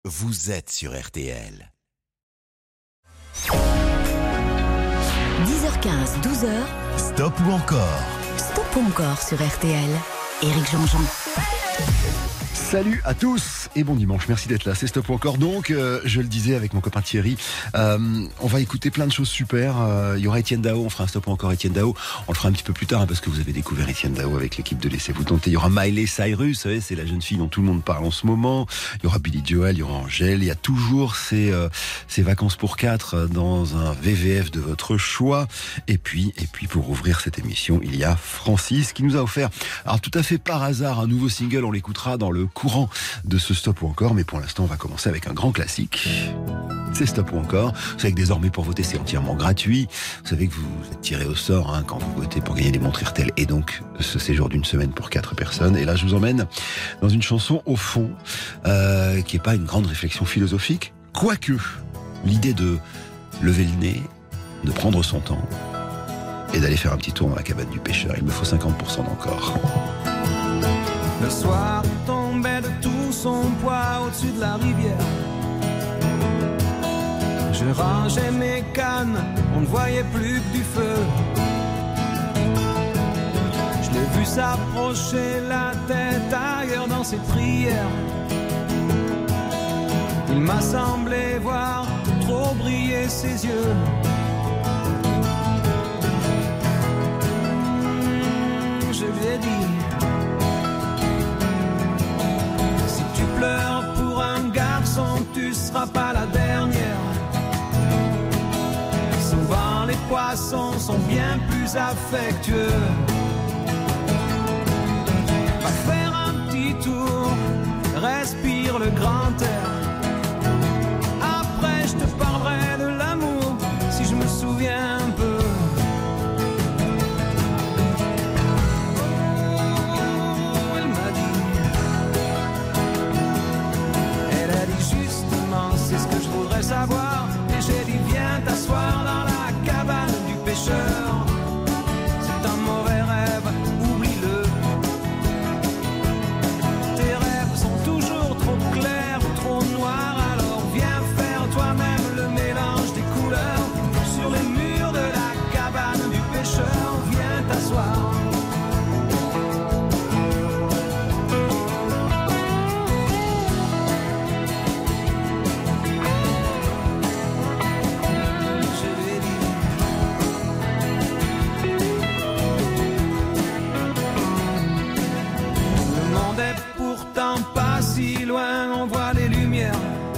vous êtes sur RTL. 10h15, 12h. Stop ou encore? Stop ou encore sur RTL. Éric Jean-Jean. Salut à tous et bon dimanche, merci d'être là, c'est Stop ou encore. Donc, je le disais avec mon copain Thierry, on va écouter plein de choses super. Il y aura Etienne Dao, on fera un Stop ou encore Etienne Dao. On le fera un petit peu plus tard parce que vous avez découvert Etienne Dao avec l'équipe de Laissez-vous tenter. Il y aura Miley Cyrus, vous savez, c'est la jeune fille dont tout le monde parle en ce moment. Il y aura Billy Joel, il y aura Angèle. Il y a toujours ces vacances pour 4 dans un VVF de votre choix. Et puis pour ouvrir cette émission, il y a Francis qui nous a offert, alors tout à fait par hasard, un nouveau single. On l'écoutera dans le courant de ce Stop ou encore, mais pour l'instant on va commencer avec un grand classique. C'est Stop ou encore. Vous savez que désormais pour voter c'est entièrement gratuit. Vous savez que vous êtes tiré au sort quand vous votez pour gagner des montres RTL et donc ce séjour d'une semaine pour 4 personnes. Et là je vous emmène dans une chanson au fond qui n'est pas une grande réflexion philosophique, quoique l'idée de lever le nez, de prendre son temps et d'aller faire un petit tour dans la cabane du pêcheur. Il me faut 50% d'encore. Le soir tombait de tout son poids au-dessus de la rivière. Je rangeais mes cannes, on ne voyait plus que du feu. Je l'ai vu s'approcher, la tête ailleurs dans ses prières. Il m'a semblé voir trop briller ses yeux. Je lui ai dit: pleure pour un garçon, tu seras pas la dernière. Souvent les poissons sont bien plus affectueux. Va faire un petit tour, respire le grand air. Après je te parlerai de l'amour, si je me souviens un peu. Savoir. Et j'ai dit viens t'asseoir dans la cabane du pêcheur. C'est un mauvais rêve, oublie-le. Tes rêves sont toujours trop clairs ou trop noirs. Alors viens faire toi-même le mélange des couleurs. Sur les murs de la cabane du pêcheur, viens t'asseoir. Pas si loin, on voit les lumières.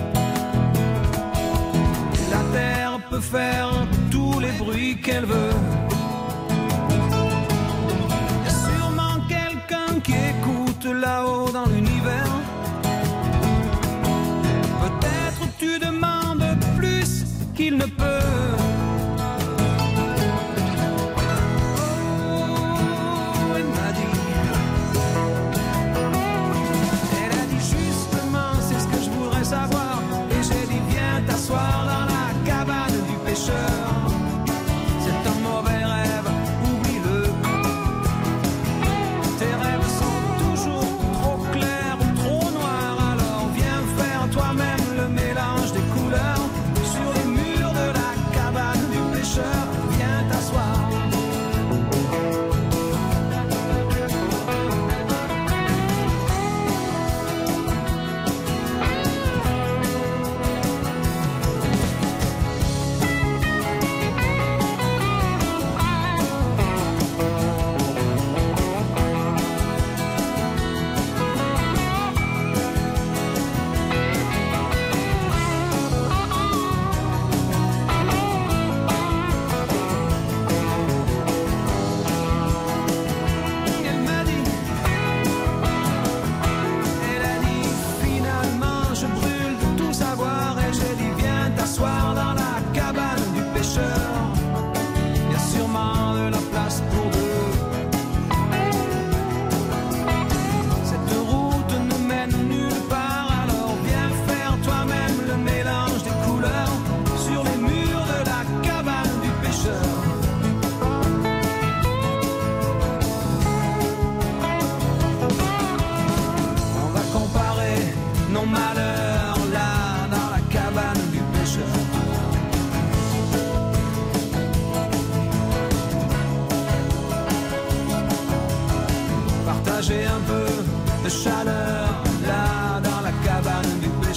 La terre peut faire tous les bruits qu'elle veut. Y a sûrement quelqu'un qui écoute là-haut dans l'univers. Peut-être tu demandes plus qu'il ne peut. Savoir. Et j'ai dit viens t'asseoir dans la cabane du pêcheur. C'est un mauvais rêve, oublie-le. Tes rêves sont toujours trop clairs ou trop noirs. Alors viens faire toi-même le mélange des couleurs. Sur les murs de la cabane du pêcheur, viens t'asseoir.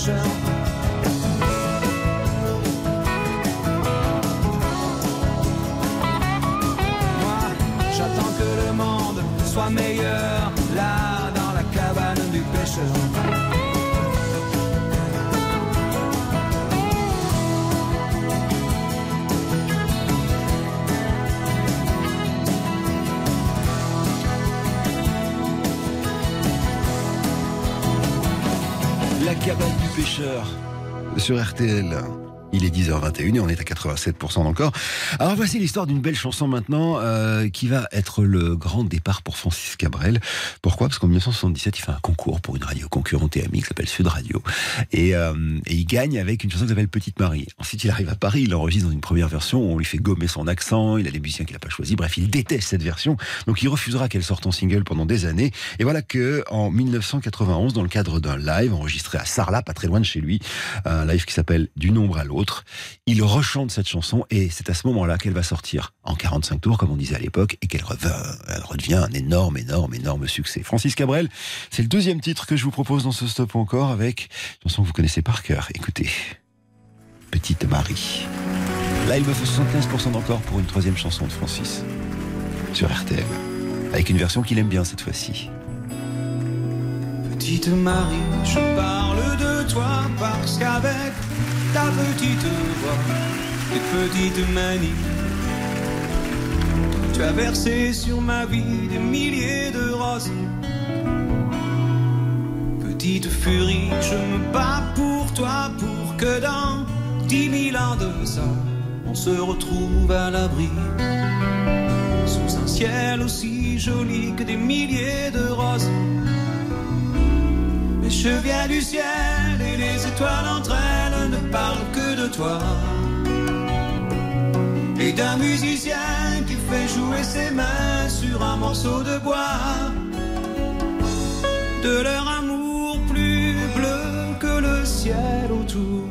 pêcheur. Moi, j'attends que le monde soit meilleur, là, dans la cabane du pêcheur. La cabane du pêcheur sur RTL. Il est 10h21 et on est à 87% encore. Alors voici l'histoire d'une belle chanson maintenant qui va être le grand départ pour Francis Cabrel. Pourquoi ? Parce qu'en 1977, il fait un concours pour une radio concurrente et amie qui s'appelle Sud Radio. Et il gagne avec une chanson qui s'appelle Petite Marie. Ensuite, il arrive à Paris, il enregistre dans une première version où on lui fait gommer son accent, il a des musiciens qu'il n'a pas choisi. Bref, il déteste cette version. Donc il refusera qu'elle sorte en single pendant des années. Et voilà que en 1991, dans le cadre d'un live enregistré à Sarlat, pas très loin de chez lui, un live qui s'appelle Du nombre à l'autre, il rechante cette chanson et c'est à ce moment-là qu'elle va sortir en 45 tours, comme on disait à l'époque, et qu'elle redevient un énorme succès. Francis Cabrel, c'est le deuxième titre que je vous propose dans ce Stop ou Encore avec une chanson que vous connaissez par cœur. Écoutez, Petite Marie. Là, il me faut 75% d'encore pour une troisième chanson de Francis sur RTL, avec une version qu'il aime bien cette fois-ci. Petite Marie, je parle de toi parce qu'avec ta petite voix, tes petites manies, tu as versé sur ma vie des milliers de roses. Petite furie, je me bats pour toi, pour que dans 10 000 ans de ça, on se retrouve à l'abri, sous un ciel aussi joli que des milliers de roses. Mais je viens du ciel et les étoiles entre elles ne parlent que de toi et d'un musicien qui fait jouer ses mains sur un morceau de bois, de leur amour plus bleu que le ciel autour.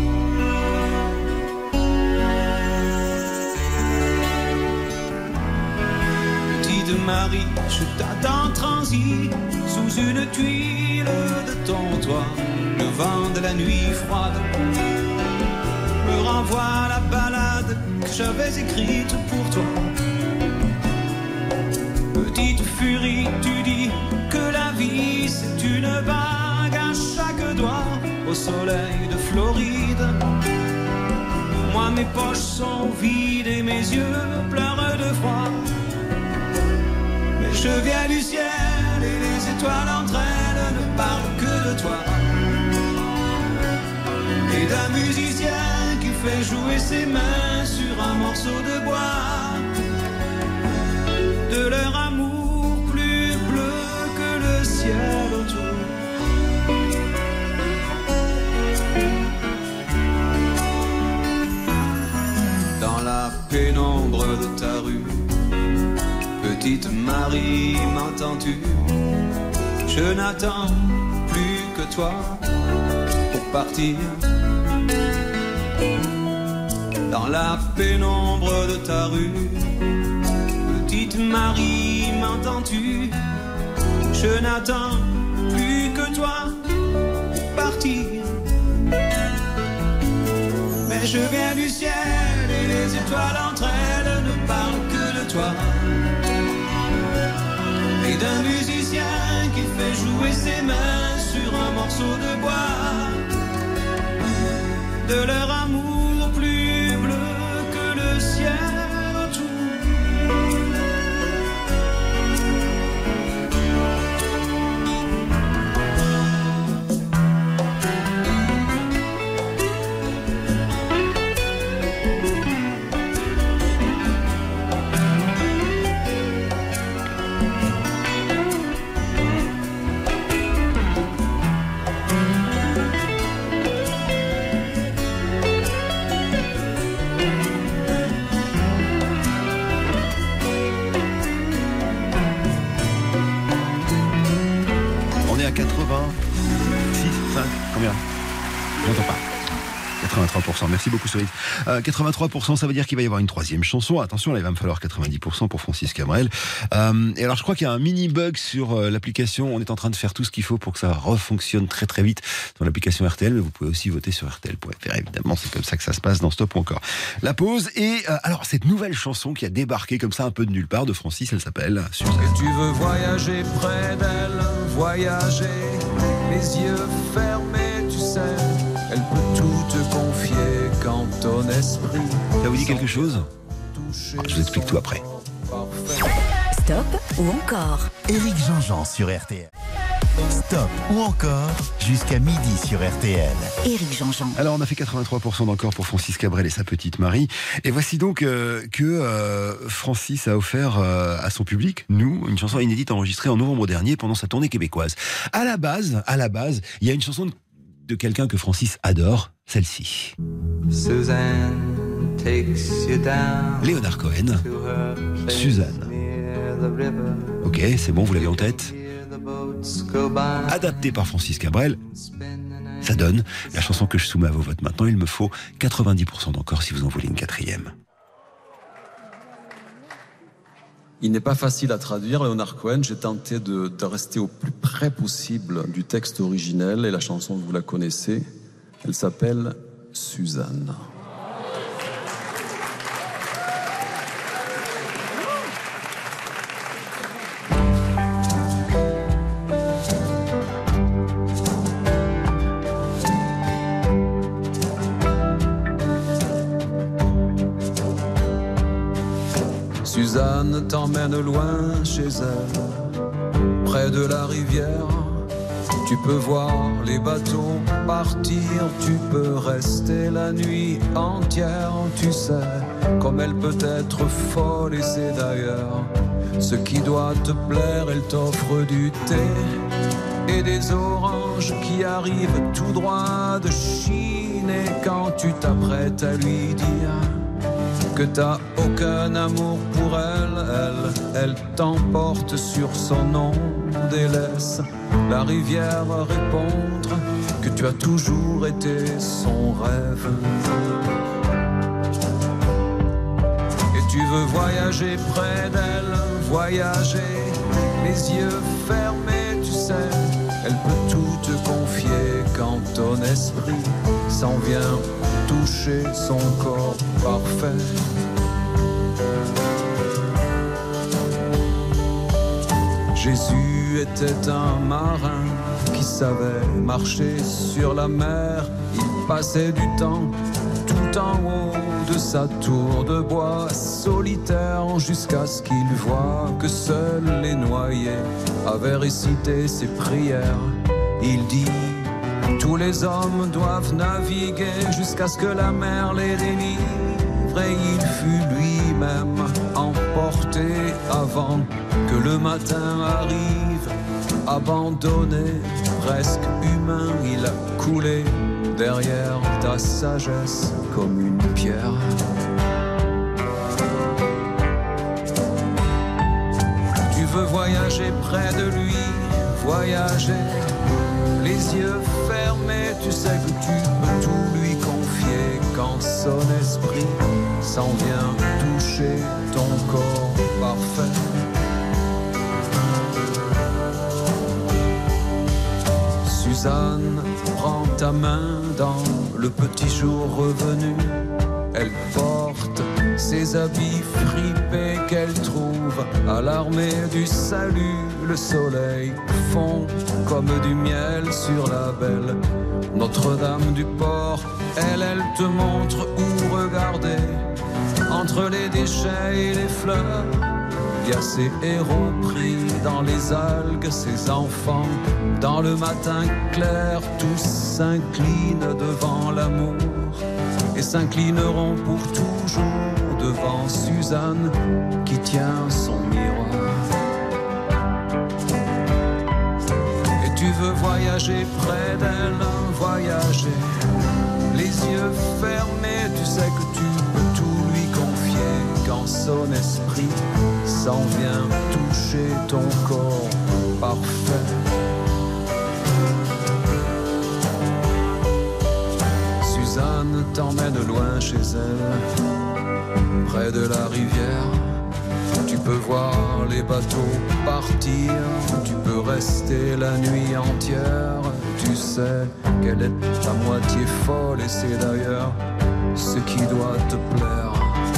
Petite Marie, je t'attends transi sous une tuile de ton toit. Le vent de la nuit froide me renvoie la ballade que j'avais écrite pour toi. Petite furie, tu dis que la vie c'est une bague à chaque doigt au soleil de Floride. Moi mes poches sont vides et mes yeux pleurent de froid. Mais je viens du ciel et les étoiles entre elles ne parlent que de toi et d'un musicien qui fait jouer ses mains sur un morceau de bois, de leur amour plus bleu que le ciel autour. Dans la pénombre de ta rue, petite Marie, m'entends-tu? Je n'attends plus que toi pour partir. Dans la pénombre de ta rue, petite Marie, m'entends-tu? Je n'attends plus que toi pour partir. Mais je viens du ciel et les étoiles entre elles ne parlent que de toi et d'un musicien qui fait jouer ses mains sur un morceau de bois, de leur amour plus bleu que le ciel autour. On est à 86, 5, combien? J'entends pas. 83%, merci beaucoup Cyril. 83%, ça veut dire qu'il va y avoir une troisième chanson. Attention, là, il va me falloir 90% pour Francis Cabrel. Et alors, je crois qu'il y a un mini bug sur l'application. On est en train de faire tout ce qu'il faut pour que ça refonctionne très très vite dans l'application RTL, mais vous pouvez aussi voter sur RTL.fr. Évidemment, c'est comme ça que ça se passe dans Stop ou encore. La pause et alors cette nouvelle chanson qui a débarqué comme ça un peu de nulle part de Francis, elle s'appelle Suzanne. Et tu veux voyager près d'elle, voyager, les yeux fermés, tu sais, elle peut tout te confier quand ton esprit. Ça vous dit quelque chose ? Je vous explique tout après. Stop ou encore Éric Jean-Jean sur RTL. Stop ou encore jusqu'à midi sur RTL. Éric Jean-Jean. Alors on a fait 83% d'encore pour Francis Cabrel et sa petite Marie. Et voici donc que Francis a offert à son public, nous, une chanson inédite enregistrée en novembre dernier pendant sa tournée québécoise. À la base, il y a une chanson de quelqu'un que Francis adore, celle-ci. Suzanne takes you down. Léonard Cohen, Suzanne. Ok, c'est bon, vous l'avez en tête. Adapté par Francis Cabrel, ça donne la chanson que je soumets à vos votes maintenant. Il me faut 90% d'encore si vous en voulez une quatrième. Il n'est pas facile à traduire, Léonard Cohen. J'ai tenté de rester au plus près possible du texte originel et la chanson, vous la connaissez. Elle s'appelle Suzanne. Suzanne t'emmène loin chez elle, près de la rivière. Tu peux voir les bateaux partir, tu peux rester la nuit entière. Tu sais comme elle peut être folle et c'est d'ailleurs ce qui doit te plaire. Elle t'offre du thé et des oranges qui arrivent tout droit de Chine. Et quand tu t'apprêtes à lui dire que t'as aucun amour pour elle t'emporte sur son onde et laisse la rivière répondre que tu as toujours été son rêve. Et tu veux voyager près d'elle, voyager, les yeux fermés, tu sais, elle peut tout te confier quand ton esprit s'en vient toucher son corps parfait. Jésus était un marin qui savait marcher sur la mer. Il passait du temps tout en haut de sa tour de bois solitaire jusqu'à ce qu'il voie que seuls les noyés avaient récité ses prières. Il dit: tous les hommes doivent naviguer jusqu'à ce que la mer les délivre. Et il fut lui-même emporté avant que le matin arrive. Abandonné, presque humain, il a coulé derrière ta sagesse comme une pierre. Tu veux voyager près de lui, voyager les yeux fermés, tu sais que tu peux tout lui confier quand son esprit s'en vient toucher ton corps parfait. Suzanne prend ta main dans le petit jour revenu. Elle porte ses habits fripés qu'elle trouve à l'armée du salut. Le soleil fond comme du miel sur la belle Notre-Dame du port. Elle te montre où regarder entre les déchets et les fleurs. Il y a ces héros pris dans les algues, ces enfants dans le matin clair. Tous s'inclinent devant l'amour et s'inclineront pour toujours devant Suzanne qui tient son miroir. Et tu veux voyager près d'elle, voyager les yeux fermés, tu sais que tu peux tout lui confier quand son esprit s'en vient toucher ton corps parfait. Suzanne t'emmène loin chez elle, près de la rivière. Tu peux voir les bateaux partir, tu peux rester la nuit entière. Tu sais qu'elle est à moitié folle et c'est d'ailleurs ce qui doit te plaire.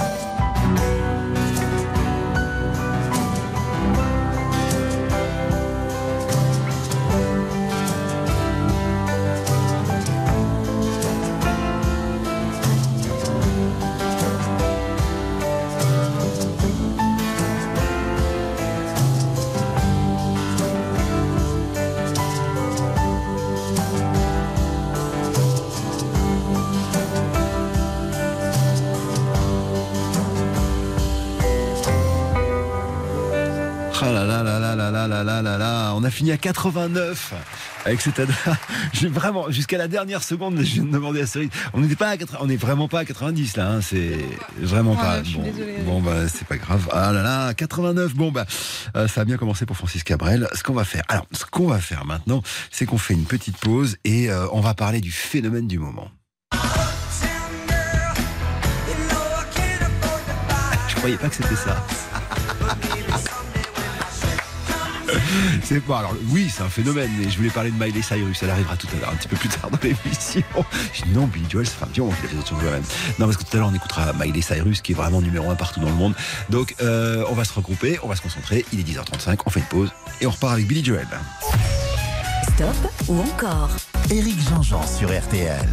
On a fini à 89 avec cet ada. J'ai vraiment, jusqu'à la dernière seconde, je viens de demander à Cyril. On n'est vraiment pas à 90 là, hein, c'est vraiment pas. Bon, bah, c'est pas grave. Ah là là, 89. Bon, bah, ça a bien commencé pour Francis Cabrel. Ce qu'on va faire maintenant, c'est qu'on fait une petite pause et on va parler du phénomène du moment. Je croyais pas que c'était ça. C'est pas, alors oui, c'est un phénomène, mais je voulais parler de Miley Cyrus, elle arrivera tout à l'heure, un petit peu plus tard dans l'émission. Je dis non, Billy Joel, c'est pas bien, on fait la faisait toujours même. Non, parce que tout à l'heure, on écoutera Miley Cyrus, qui est vraiment numéro 1 partout dans le monde. Donc, on va se regrouper, on va se concentrer, il est 10h35, on fait une pause, et on repart avec Billy Joel. Stop ou encore Éric Jean-Jean sur RTL.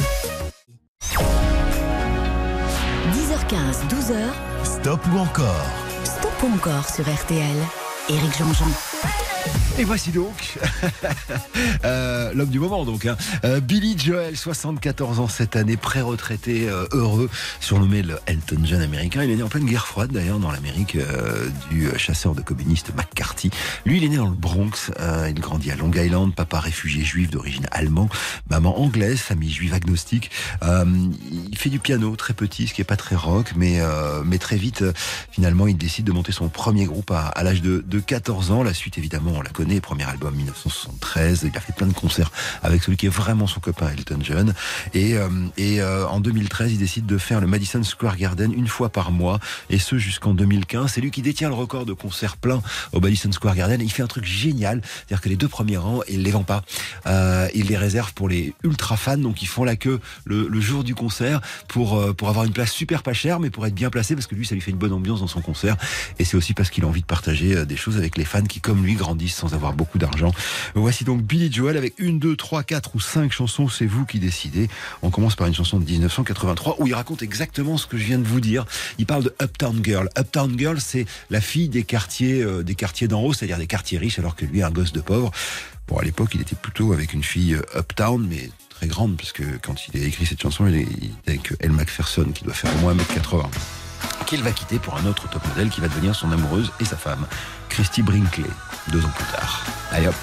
10h15, 12h. Stop ou encore Stop ou encore sur RTL. Éric Jean-Jean. Et voici donc l'homme du moment donc, hein. Billy Joel, 74 ans cette année, pré-retraité, heureux, surnommé le Elton John américain. Il est né en pleine guerre froide d'ailleurs dans l'Amérique du chasseur de communistes McCarthy. Lui, il est né dans le Bronx, il grandit à Long Island, papa réfugié juif d'origine allemande, maman anglaise, famille juive agnostique. Il fait du piano très petit, ce qui est pas très rock, mais très vite, finalement, il décide de monter son premier groupe à l'âge de 14 ans. La suite, évidemment, on la connaît. Premier album 1973, il a fait plein de concerts avec celui qui est vraiment son copain Elton John, et en 2013 il décide de faire le Madison Square Garden une fois par mois, et ce jusqu'en 2015. C'est lui qui détient le record de concerts pleins au Madison Square Garden. Il fait un truc génial, c'est-à-dire que les 2 premiers rangs, il les vend pas, il les réserve pour les ultra fans, donc ils font la queue le jour du concert pour avoir une place super pas chère, mais pour être bien placé, parce que lui ça lui fait une bonne ambiance dans son concert, et c'est aussi parce qu'il a envie de partager des choses avec les fans qui comme lui grandissent sans avoir beaucoup d'argent. Voici donc Billy Joel avec 1, 2, 3, 4 ou 5 chansons, c'est vous qui décidez. On commence par une chanson de 1983 où il raconte exactement ce que je viens de vous dire. Il parle de Uptown Girl. Uptown Girl, c'est la fille des quartiers d'en haut, c'est-à-dire des quartiers riches, alors que lui est un gosse de pauvre. Bon, à l'époque, il était plutôt avec une fille Uptown, mais très grande, parce que quand il a écrit cette chanson, il était avec Elle Macpherson, qui doit faire au moins 1m80. Qu'il va quitter pour un autre top modèle qui va devenir son amoureuse et sa femme, Christy Brinkley, 2 ans plus tard. Allez hop.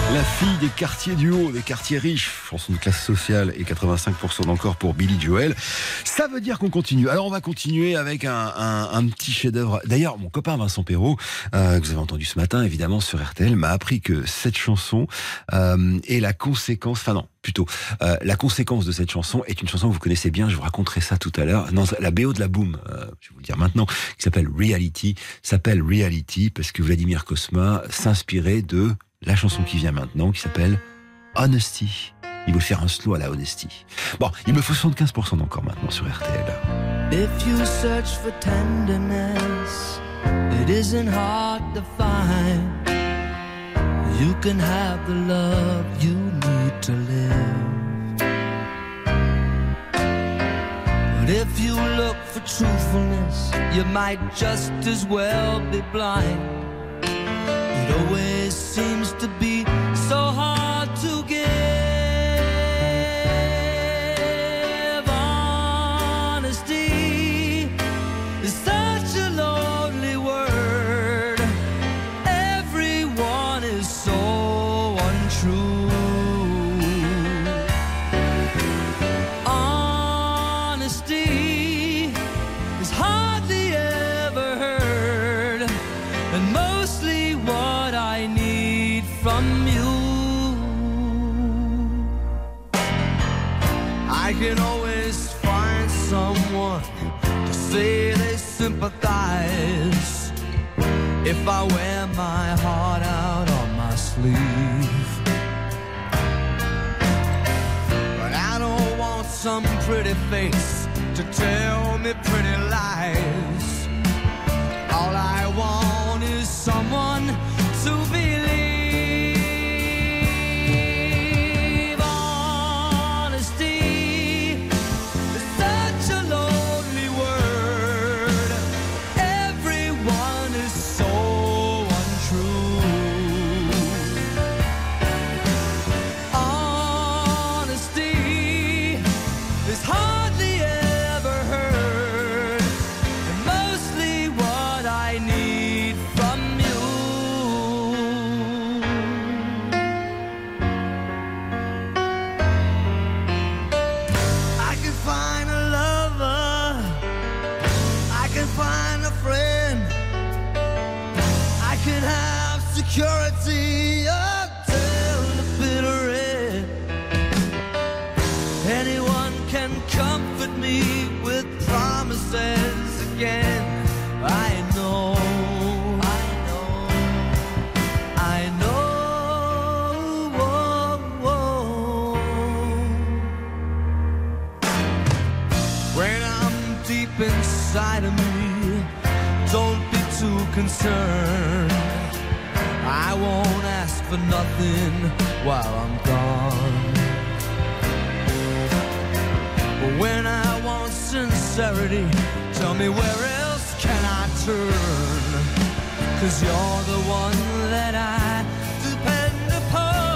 La fille des quartiers du haut, des quartiers riches, chanson de classe sociale et 85% d'encore pour Billy Joel. Ça veut dire qu'on continue. Alors on va continuer avec un petit chef-d'œuvre. D'ailleurs, mon copain Vincent Perrault, que vous avez entendu ce matin évidemment sur RTL, m'a appris que cette chanson est la conséquence, la conséquence de cette chanson est une chanson que vous connaissez bien, je vous raconterai ça tout à l'heure. Non, la BO de la Boom, je vais vous le dire maintenant, qui s'appelle Reality parce que Vladimir Cosma s'inspirait de la chanson qui vient maintenant, qui s'appelle Honesty. Il veut faire un slow à la Honesty. Bon, il me faut 75% d'encore maintenant sur RTL. If you search for tenderness, it isn't hard to find. You can have the love you need to live. But if you look for truthfulness, you might just as well be blind. It always seems to be so hard to give. Honesty is such a lonely word. Everyone is so untrue. Honesty is hardly ever heard, and mostly what I need from you. I can always find someone to say they sympathize if I wear my heart out on my sleeve. But I don't want some pretty face to tell me pretty lies. All I want is someone to believe. Honesty is such a lonely word. Everyone is so untrue. Honesty is hardly ever heard, and mostly what I need from you. I can find a lover, I can find a friend, I can have security until the bitter end. Anyone can comfort me with promises again. I know, I know, I know. When I'm deep inside of me, don't be too concerned. I won't ask for nothing while I'm gone. But when I want sincerity, tell me where else can I turn? 'Cause you're the one that I depend upon.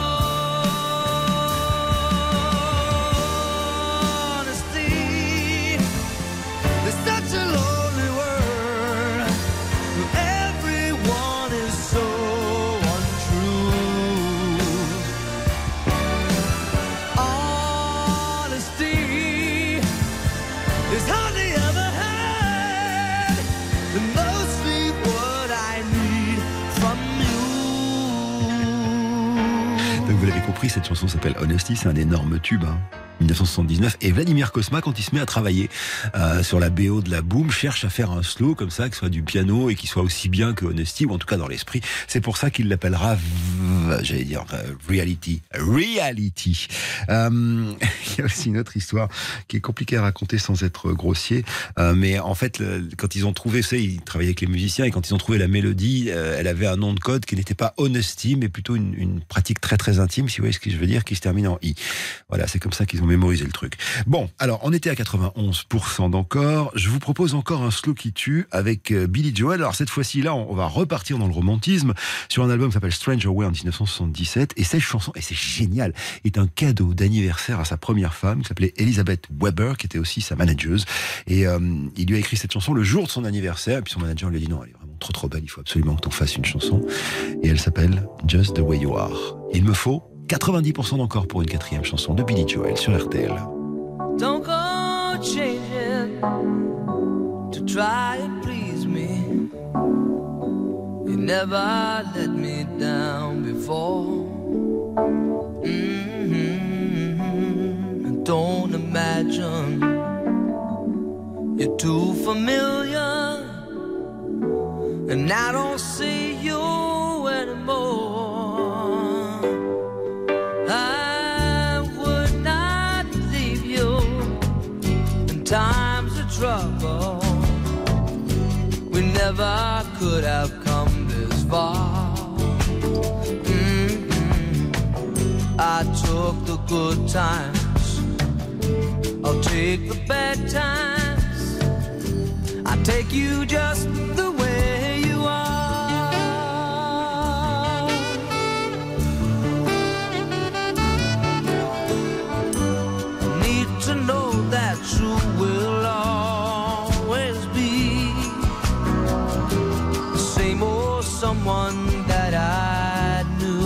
Honesty is such a lonely word. Everyone is so untrue. Honesty is hardly ever had, and mostly what I need from you. Donc vous l'avez compris, cette chanson s'appelle Honesty, c'est un énorme tube, 1979. Et Vladimir Cosma, quand il se met à travailler sur la BO de la Boom, cherche à faire un slow comme ça, qui soit du piano et qui soit aussi bien que Honesty, ou en tout cas dans l'esprit. C'est pour ça qu'il l'appellera, Reality. Reality. Il y a aussi une autre histoire qui est compliquée à raconter sans être grossier. Mais en fait, quand ils ont trouvé, vous savez, ils travaillaient avec les musiciens, et quand ils ont trouvé la mélodie, elle avait un nom de code qui n'était pas Honesty, mais plutôt une pratique très très intime, si vous voyez ce que je veux dire, qui se termine en I. Voilà, c'est comme ça qu'ils ont ont mémorisé le truc. Bon, alors on était à 91% d'encore. Je vous propose encore un slow qui tue avec Billy Joel. Alors cette fois-ci là, on va repartir dans le romantisme sur un album qui s'appelle Stranger Way en 1977. Et cette chanson, et c'est génial, est un cadeau d'anniversaire à sa première femme qui s'appelait Elizabeth Weber, qui était aussi sa manageuse. Et il lui a écrit cette chanson le jour de son anniversaire. Et puis son manager lui a dit non, elle est vraiment trop belle, il faut absolument que t'en fasses une chanson. Et elle s'appelle Just the Way You Are. Il me faut 90% d'encore pour une quatrième chanson de Billy Joel sur RTL. Don't go changing to try and please me. You never let me down before. Don't imagine you're too familiar, and I don't see you anymore. I would not leave you in times of trouble. We never could have come this far. I took the good times, I'll take the bad times. I take you just the way you are. I need to know that you will always be the same old someone that I knew.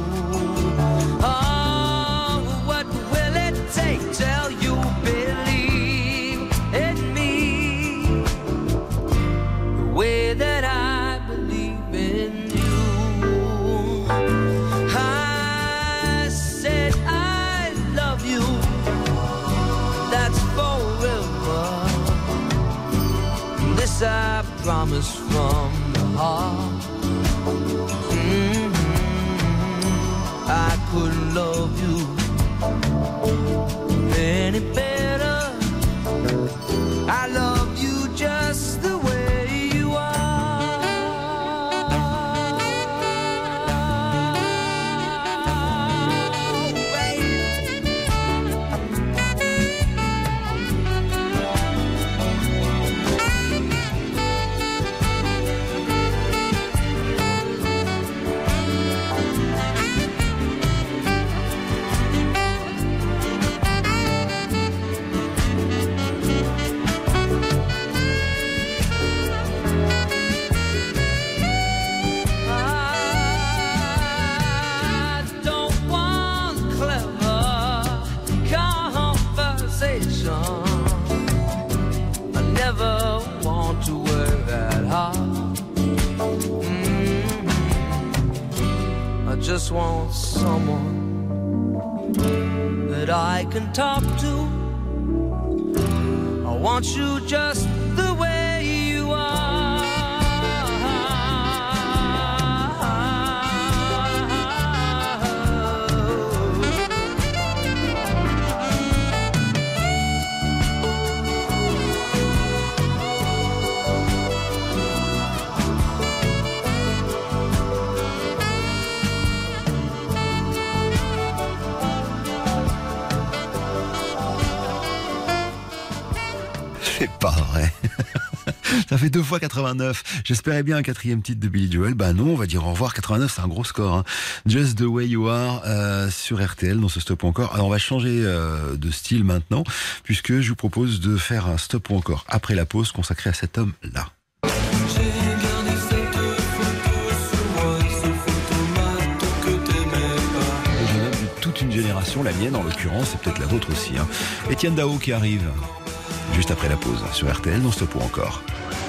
Oh, what will it take till you believe in me the way that I believe in you? I said I love you, that's forever. This I promise from the heart. I couldn't love you any better. I love you just the way you are. I don't want clever conversation. I never want to work that hard. I just want someone that I can talk to. I want you just the way you are. C'est pas vrai. Ça fait 2 fois 89. J'espérais bien un quatrième titre de Billy Joel. Bah non, on va dire au revoir. 89, c'est un gros score. Hein. Just the Way You Are sur RTL dans ce Stop ou Encore. Alors on va changer de style maintenant, puisque je vous propose de faire un Stop ou Encore après la pause consacré à cet homme-là. J'ai gardé cette photo sur moi, ce photomaton que t'aimais pas. Le jeune homme de toute une génération, la mienne en l'occurrence, et peut-être la vôtre aussi. Hein. Etienne Dao qui arrive juste après la pause sur RTL dans Stop ou Encore.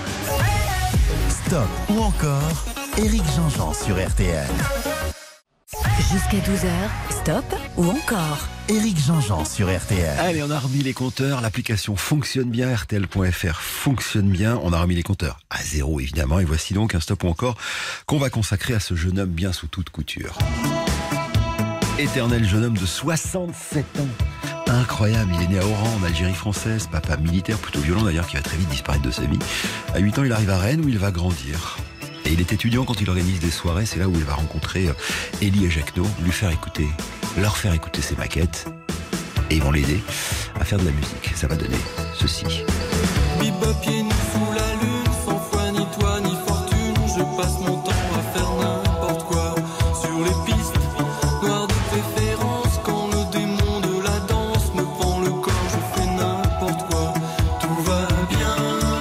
Stop ou encore, Éric Jean-Jean sur RTL. Jusqu'à 12h, stop ou encore. Éric Jean-Jean sur RTL. Allez, on a remis les compteurs, l'application fonctionne bien, RTL.fr fonctionne bien, on a remis les compteurs à zéro évidemment, et voici donc un Stop ou Encore qu'on va consacrer à ce jeune homme bien sous toute couture. Éternel jeune homme de 67 ans. Incroyable, il est né à Oran, en Algérie française, papa militaire, plutôt violent d'ailleurs, qui va très vite disparaître de sa vie. À 8 ans, il arrive à Rennes où il va grandir. Et il est étudiant quand il organise des soirées, c'est là où il va rencontrer Élie et Jacquenot, leur faire écouter ses maquettes. et ils vont l'aider à faire de la musique. Ça va donner ceci. Bebop pieds nus sous la lune, sans foi ni toi ni fortune. Je passe mon temps à faire n'importe quoi sur les pistes noires de préférence. Quand le démon de la danse me prend le corps, je fais n'importe quoi. Tout va bien.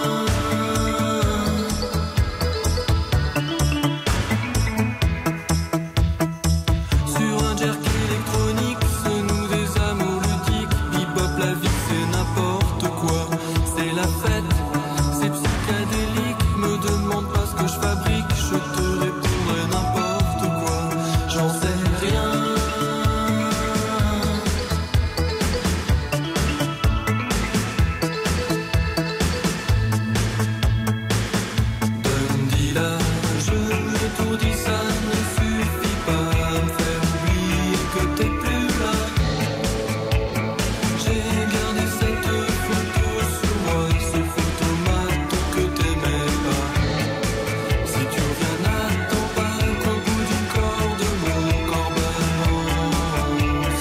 Sur un jerk électronique se nouent des amours ludiques. Bebop, la vie c'est n'importe quoi. C'est la fête, c'est psychédélique. Me demande pas ce que je fabrique, je te répondrai n'importe quoi. J'en sais rien. Dundee-là, je m'étourdis, ça ne suffit pas à me faire oublier que t'es plus là. J'ai gardé cette photo sur moi, ce photomaton que t'aimais pas. Si tu reviens, n'attends pas qu'au bout du corps de mon corps balance.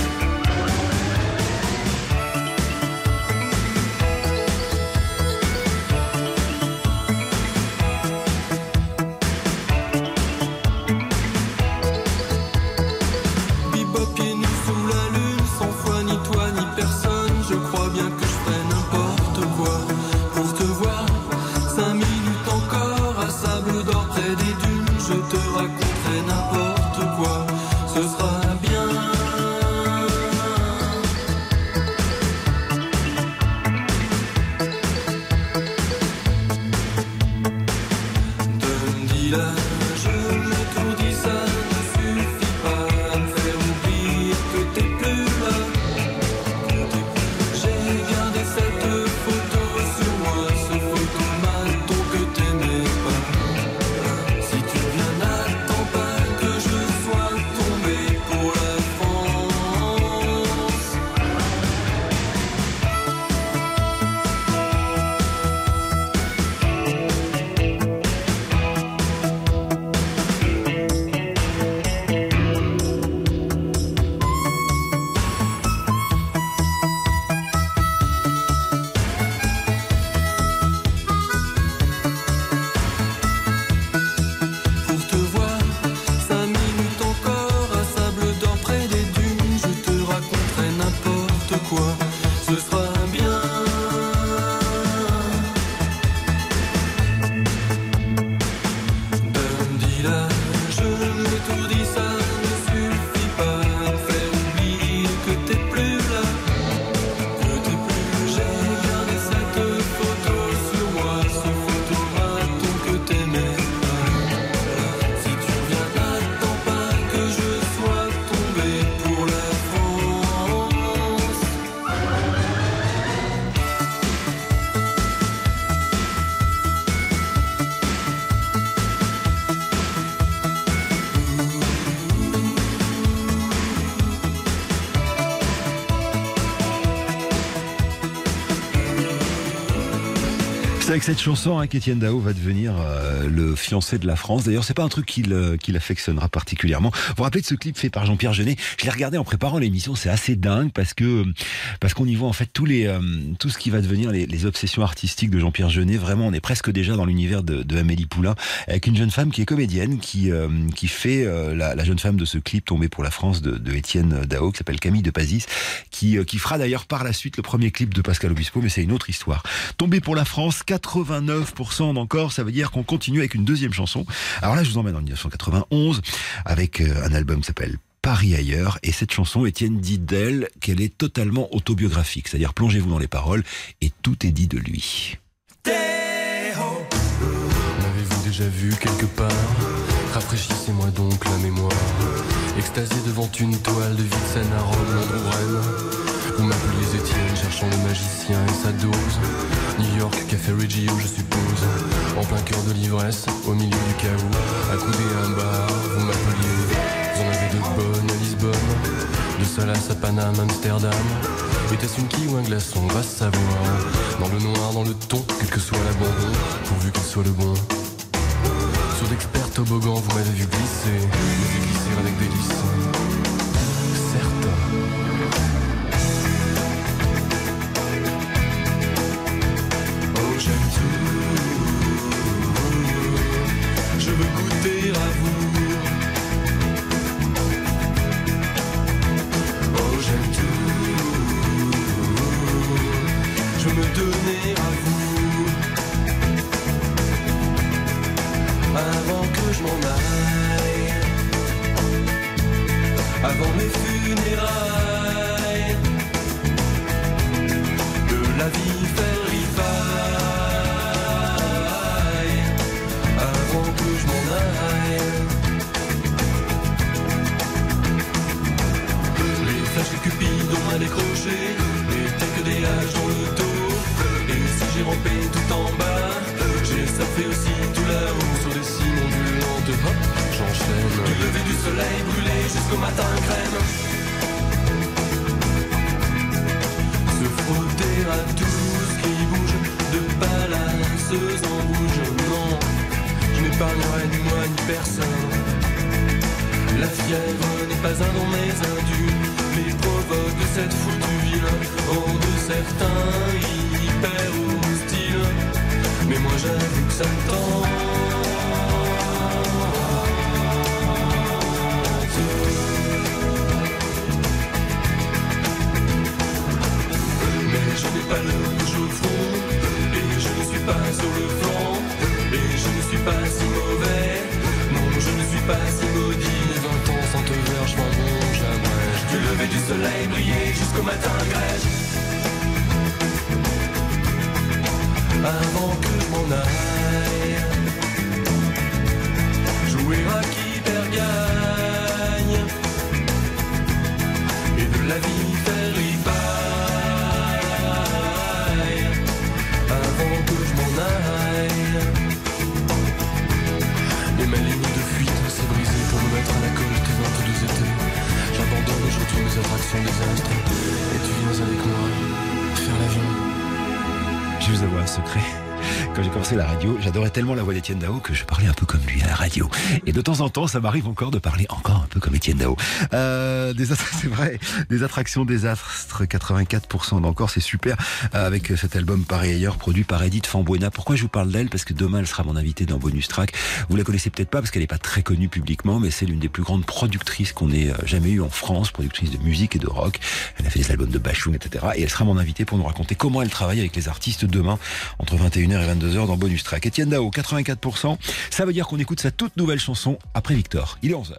Bebop pieds nus sous la lune, sans foi ni toi ni personne. Je crois bien que je ferai n'importe quoi pour te voir. 5 minutes encore à sable d'or près des dunes. Je te raconterai n'importe quoi, ce sera bien. Dundee-là, je m'étourdis, ça ne suffit pas à me faire oublier que t'es plus là. J'ai gardé cette photo sur moi, ce photomaton que t'aimais pas. Si tu reviens, n'attends pas que je sois tombé pour la France. Pour te voir, 5 minutes encore à sable d'or près des dunes. Je te raconterai n'importe quoi, ce sera bien. Dundee-là, je m'étourdis, ça ne suffit pas à me faire oublier que t'es plus là. J'ai gardé cette photo sur moi, ce photomaton que t'aimais pas. Si tu reviens, n'attends pas que je sois tombé pour la France. C'est avec cette chanson qu'Étienne Dao va devenir le fiancé de la France. D'ailleurs, c'est pas un truc qu'il affectionnera particulièrement. Vous vous rappelez de ce clip fait par Jean-Pierre Jeunet? Je l'ai regardé en préparant l'émission, c'est assez dingue parce qu'on y voit en fait tout ce qui va devenir les obsessions artistiques de Jean-Pierre Jeunet. Vraiment, on est presque déjà dans l'univers de Amélie Poulain, avec une jeune femme qui est comédienne, qui fait la jeune femme de ce clip tombé pour la France de Étienne Dao, qui s'appelle Camille de Pazis, qui fera d'ailleurs par la suite le premier clip de Pascal Obispo, mais c'est une autre histoire. Tombé pour la France, 89% encore, ça veut dire qu'on continue avec une deuxième chanson. Alors là, je vous emmène en 1991 avec un album qui s'appelle Paris ailleurs, et cette chanson, Étienne dit d'elle qu'elle est totalement autobiographique, c'est-à-dire plongez-vous dans les paroles et tout est dit de lui. M'avez-vous déjà vu quelque part? Rafraîchissez-moi donc la mémoire. Extasié devant une toile de Vixen à Rome, Londres ou Rennes. Vous m'appeliez Étienne, cherchant le magicien et sa dose. New York, Café Reggio, je suppose. En plein cœur de l'ivresse, au milieu du chaos. Accoudé à un bar, vous m'appeliez. Vous en avez de bonnes à Lisbonne. De Salas à Paname, Amsterdam. Était-ce une quille ou un glaçon, va savoir. Dans le noir, dans le ton, quel que soit l'abandon, pourvu qu'il soit le bon. Sur d'experts toboggans, vous m'avez vu glisser. Mais glisser avec délice. Certes. avant mes funérailles. De la vie faire ripaille avant que je m'en aille. Les flashs et cupides on m'a décroché, n'étaient que des haches dans le dos. Et si j'ai rampé tout en bas, j'ai surfé aussi tout là-haut sur des cimes ondulantes. Hop, j'enchaîne. Du lever du soleil brûlé jusqu'au matin crème. Se frotter à tout ce qui bouge, de palaces en rouge. Non, je n'épargnerai ni moi ni personne. La fièvre n'est pas un dans mes indus. Les provoques de cette foutue ville rendent de certains hyper hostiles. Mais moi j'avoue que ça me tente. Mais je n'ai pas le rouge au front, et je ne suis pas sur le flanc, et je ne suis pas si mauvais. Non, je ne suis pas si maudit. Les 20 ans sans te verre, je m'en vont jamais. Du lever du soleil briller jusqu'au matin grège. Avant que je m'en aille, jouer à qui perd gagne, et de la vie faire ripaille, avant que je m'en aille. Et ma ligne de fuite s'est brisée pour me mettre à la colle tes 22 étés. J'abandonne et je retourne les attractions des astres, et tu viens avec moi faire l'avion. Je vous avoue un secret. Quand j'ai commencé la radio, j'adorais tellement la voix d'Étienne Dao que je parlais un peu comme lui à la radio. Et de temps en temps, ça m'arrive encore de parler encore un peu comme Étienne Dao. C'est vrai, des attractions des astres, 84% d'encore, c'est super. Avec cet album Pareil ailleurs, produit par Edith Fambuena. Pourquoi je vous parle d'elle? Parce que demain, elle sera mon invitée dans Bonus Track. Vous la connaissez peut-être pas parce qu'elle n'est pas très connue publiquement, mais c'est l'une des plus grandes productrices qu'on ait jamais eues en France, productrice de musique et de rock. Elle a fait des albums de Bachung, etc. Et elle sera mon invitée pour nous raconter comment elle travaille avec les artistes demain, entre 21h et 22h dans Bonus Track. Étienne Dao, 84%. Ça veut dire qu'on écoute sa toute nouvelle chanson après Victor. Il est 11h.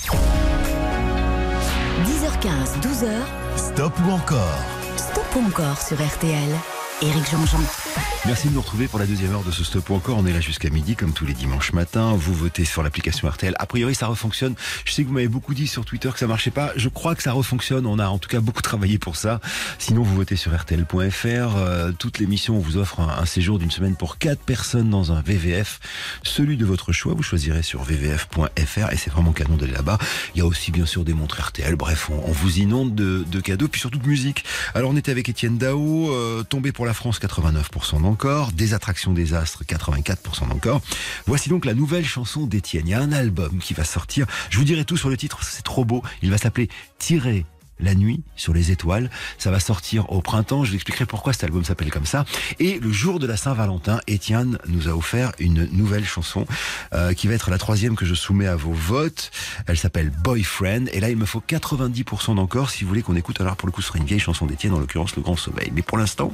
10h15, 12h. Stop ou encore? Stop ou encore sur RTL. Éric Jean-Jean. Merci de nous retrouver pour la deuxième heure de ce Stop ou encore. On est là jusqu'à midi, comme tous les dimanches matins. Vous votez sur l'application RTL. A priori, ça refonctionne. Je sais que vous m'avez beaucoup dit sur Twitter que ça marchait pas. Je crois que ça refonctionne. On a en tout cas beaucoup travaillé pour ça. Sinon, vous votez sur RTL.fr. Toute l'émission, on vous offre un séjour d'une semaine pour 4 personnes dans un VVF. Celui de votre choix, vous choisirez sur vvf.fr et c'est vraiment canon d'aller là-bas. Il y a aussi, bien sûr, des montres RTL. Bref, on vous inonde de cadeaux, puis surtout de musique. Alors, on était avec Étienne Dao, tombé pour la France, 89% d'encore, des attractions des astres, 84% d'encore. Voici donc la nouvelle chanson d'Étienne. Il y a un album qui va sortir. Je vous dirai tout sur le titre, c'est trop beau. Il va s'appeler Tirer la nuit sur les étoiles. Ça va sortir au printemps. Je vous expliquerai pourquoi cet album s'appelle comme ça. Et le jour de la Saint-Valentin, Étienne nous a offert une nouvelle chanson qui va être la 3e que je soumets à vos votes. Elle s'appelle Boyfriend. Et là, il me faut 90% d'encore si vous voulez qu'on écoute. Alors pour le coup, ce sera une vieille chanson d'Étienne, en l'occurrence Le Grand Sommeil. Mais pour l'instant,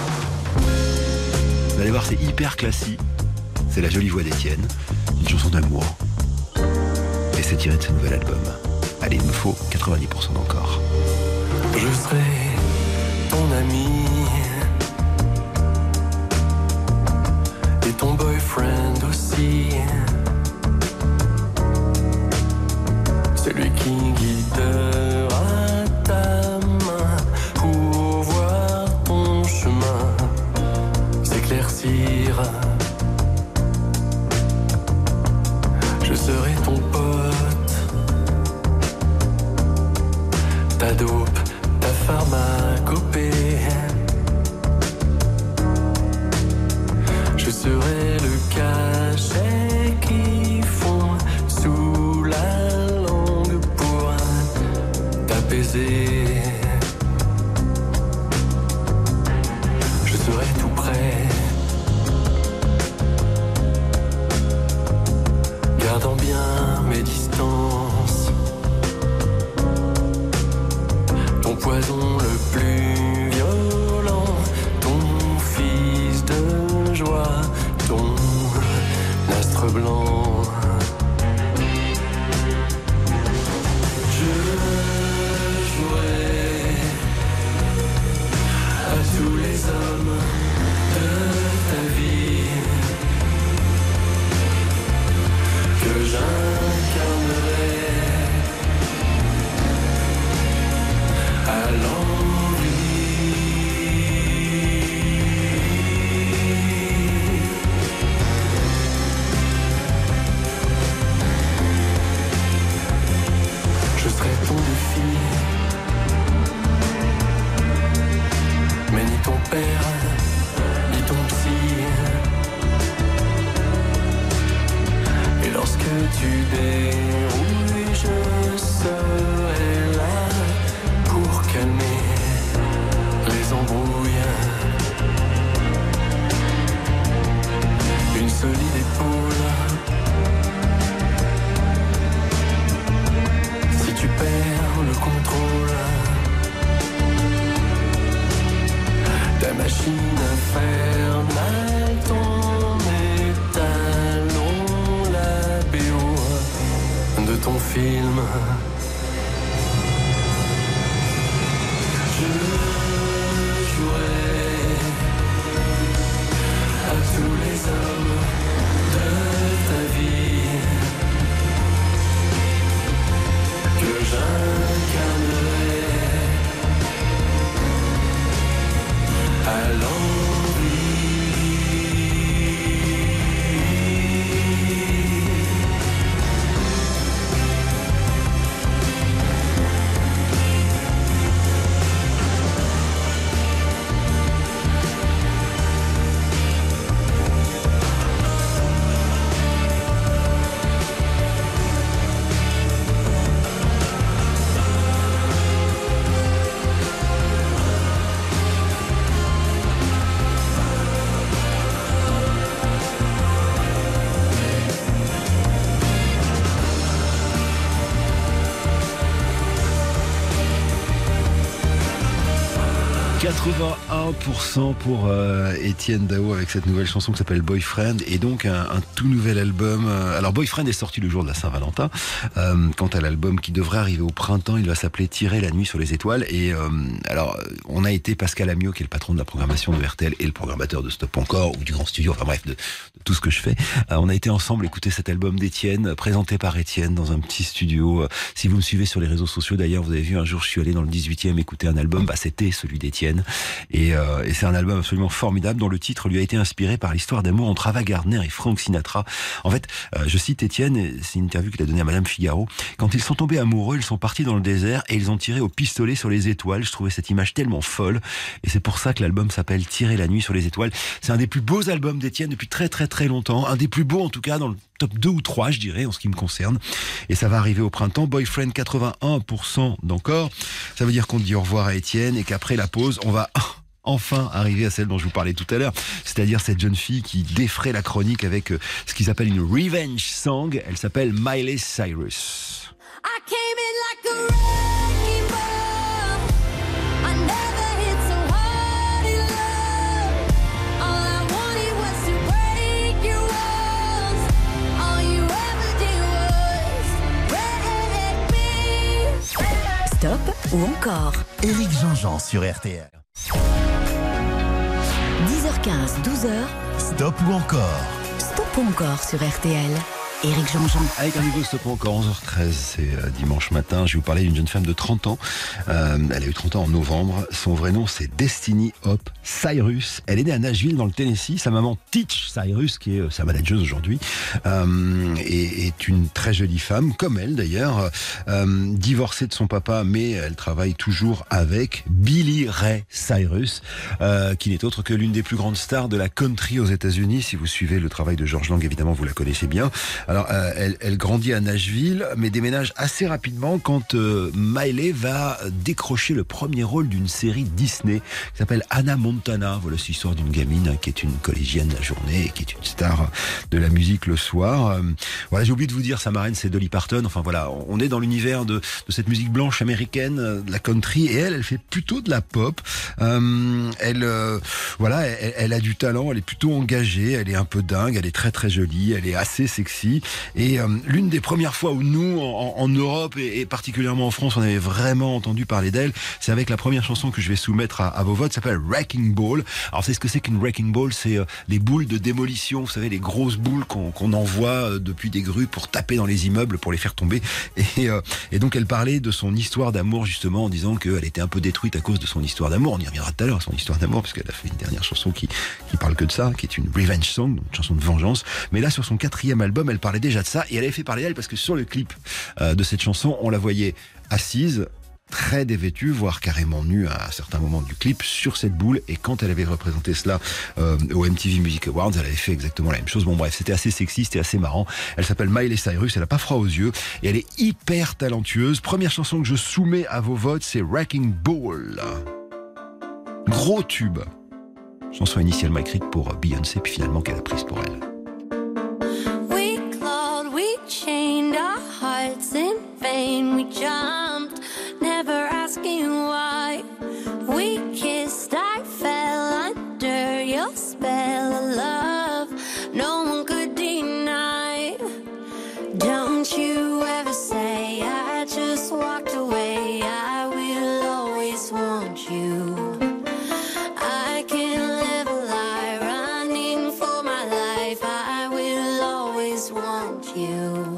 vous allez voir, c'est hyper classique. C'est la jolie voix d'Étienne. Une chanson d'amour. Et c'est tiré de ce nouvel album. Allez, il me faut 90% d'encore. Je serai ton ami et ton boyfriend aussi, celui qui guidera ta main pour voir ton chemin s'éclaircir. Je serai ton pote, ta dope, ta pharmacopée. Je serai le cachet qui fond sous la langue pour t'apaiser. Je serai tout près, gardant bien mes distances. Ton poison le plus violent, ton fils de joie, ton astre blanc. Je ton défi. Mais ni ton père, ni ton psy. Et lorsque tu dérouilles, je serai là pour calmer les embrouilles. Une solide épaule. Si tu perds le contrôle, ta machine infernale, ton étalon, la BO de ton film. Je jouerai à tous les hommes de ta vie que j'incarnerai à l'envie. « 81% pour Étienne Dao avec cette nouvelle chanson qui s'appelle Boyfriend et donc un tout nouvel album. Alors Boyfriend est sorti le jour de la Saint-Valentin. Quant à l'album qui devrait arriver au printemps, il va s'appeler Tirer la nuit sur les étoiles. Et alors on a été Pascal Amiot qui est le patron de la programmation de RTL et le programmateur de Stop Encore ou du Grand Studio, enfin bref de tout ce que je fais. On a été ensemble écouter cet album d'Étienne, présenté par Étienne dans un petit studio. Si vous me suivez sur les réseaux sociaux d'ailleurs, vous avez vu un jour je suis allé dans le 18e écouter un album, c'était celui d'Étienne. Et c'est un album absolument formidable dont le titre lui a été inspiré par l'histoire d'amour entre Ava Gardner et Frank Sinatra. En fait, je cite Étienne, c'est une interview qu'il a donnée à Madame Figaro. Quand ils sont tombés amoureux, ils sont partis dans le désert et ils ont tiré au pistolet sur les étoiles. Je trouvais cette image tellement folle et c'est pour ça que l'album s'appelle Tirer la nuit sur les étoiles. C'est un des plus beaux albums d'Étienne depuis très très très longtemps. Un des plus beaux en tout cas dans le top 2 ou 3 je dirais en ce qui me concerne. Et ça va arriver au printemps. Boyfriend 81% d'encore. Ça veut dire qu'on dit au revoir à Étienne et qu'après la pause, on va enfin arriver à celle dont je vous parlais tout à l'heure, c'est-à-dire cette jeune fille qui défraie la chronique avec ce qu'ils appellent une revenge song. Elle s'appelle Miley Cyrus. I came in like a wrecking ball. I never hit so hard in love. All I wanted was to break your walls. All you ever did was break me. Stop ou encore Éric Jean-Jean sur RTL. 10h15, 12h. Stop ou encore Stop ou encore sur RTL. Éric Jean-Jean. Avec un nouveau Stop encore 11h13, c'est dimanche matin. Je vais vous parler d'une jeune femme de 30 ans. Elle a eu 30 ans en novembre. Son vrai nom, c'est Destiny Hope Cyrus. Elle est née à Nashville, dans le Tennessee. Sa maman, Teach Cyrus, qui est sa manageuse aujourd'hui, est une très jolie femme, comme elle d'ailleurs. Divorcée de son papa, mais elle travaille toujours avec Billy Ray Cyrus, qui n'est autre que l'une des plus grandes stars de la country aux États-Unis. Si vous suivez le travail de George Lang, évidemment, vous la connaissez bien. Alors, elle grandit à Nashville, mais déménage assez rapidement quand Miley va décrocher le premier rôle d'une série Disney qui s'appelle Hannah Montana. Voilà, c'est l'histoire d'une gamine qui est une collégienne la journée et qui est une star de la musique le soir. Voilà, j'ai oublié de vous dire, sa marraine, c'est Dolly Parton. Enfin voilà, on est dans l'univers de cette musique blanche américaine, de la country, et elle fait plutôt de la pop. Elle a du talent, elle est plutôt engagée, elle est un peu dingue, elle est très très jolie, elle est assez sexy. Et l'une des premières fois où nous, en Europe et particulièrement en France, on avait vraiment entendu parler d'elle, c'est avec la première chanson que je vais soumettre à vos votes, s'appelle Wrecking Ball. Alors c'est ce que c'est qu'une Wrecking Ball, c'est les boules de démolition, vous savez, les grosses boules qu'on envoie depuis des grues pour taper dans les immeubles, pour les faire tomber. Et donc elle parlait de son histoire d'amour justement en disant qu'elle était un peu détruite à cause de son histoire d'amour. On y reviendra tout à l'heure à son histoire d'amour, puisqu'elle a fait une dernière chanson qui parle que de ça, qui est une revenge song, donc une chanson de vengeance. Mais là, sur son 4e album, elle parlait déjà de ça et elle avait fait parler d'elle parce que sur le clip de cette chanson, on la voyait assise, très dévêtue, voire carrément nue à certains moments du clip sur cette boule. Et quand elle avait représenté cela au MTV Music Awards, elle avait fait exactement la même chose. Bon bref, c'était assez sexy, c'était assez marrant. Elle s'appelle Miley Cyrus, elle a pas froid aux yeux et elle est hyper talentueuse. Première chanson que je soumets à vos votes, c'est Wrecking Ball. Gros tube. Chanson initialement écrite pour Beyoncé, puis finalement qu'elle a prise pour elle. We clawed, we chained our hearts in vain. We jumped, never asking why. We kissed, I fell under your spell of love. No one could deny. Don't you ever say I just walked away. I will always want you. I can't live a lie, running for my life. I will always want you.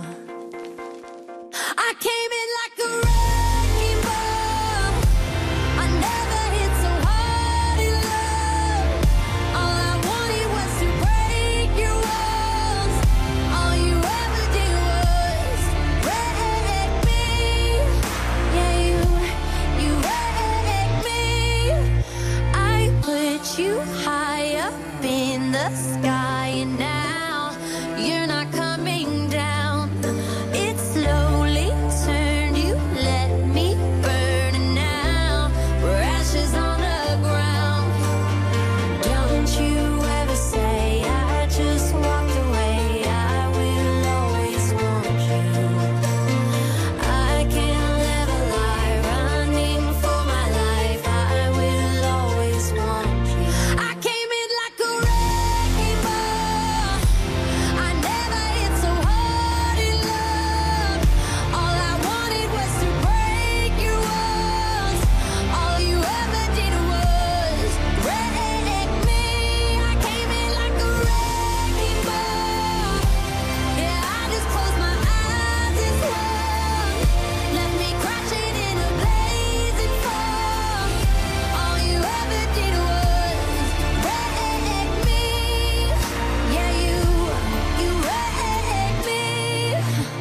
I came in like a wrecking ball. I never hit so hard in love. All I wanted was to break your walls. All you ever did was wreck me. Yeah, you wrecked me. I put you high up in the sky, and now you're not coming down. It slowly turned, you let me burn, and now we're ashes on the ground. Don't you ever say I just walked away. I will always want you. I can't live a lie, running for my life. I will always want you. I came in like a wrecking ball. I never hit so hard in love. All I wanted was to break your walls. All you ever did was wreck me. I came in like a wrecking ball. Yeah, I just closed my eyes and swung. Left me crashing in a blazing fall. All you ever did was wreck me. Yeah, you wrecked me.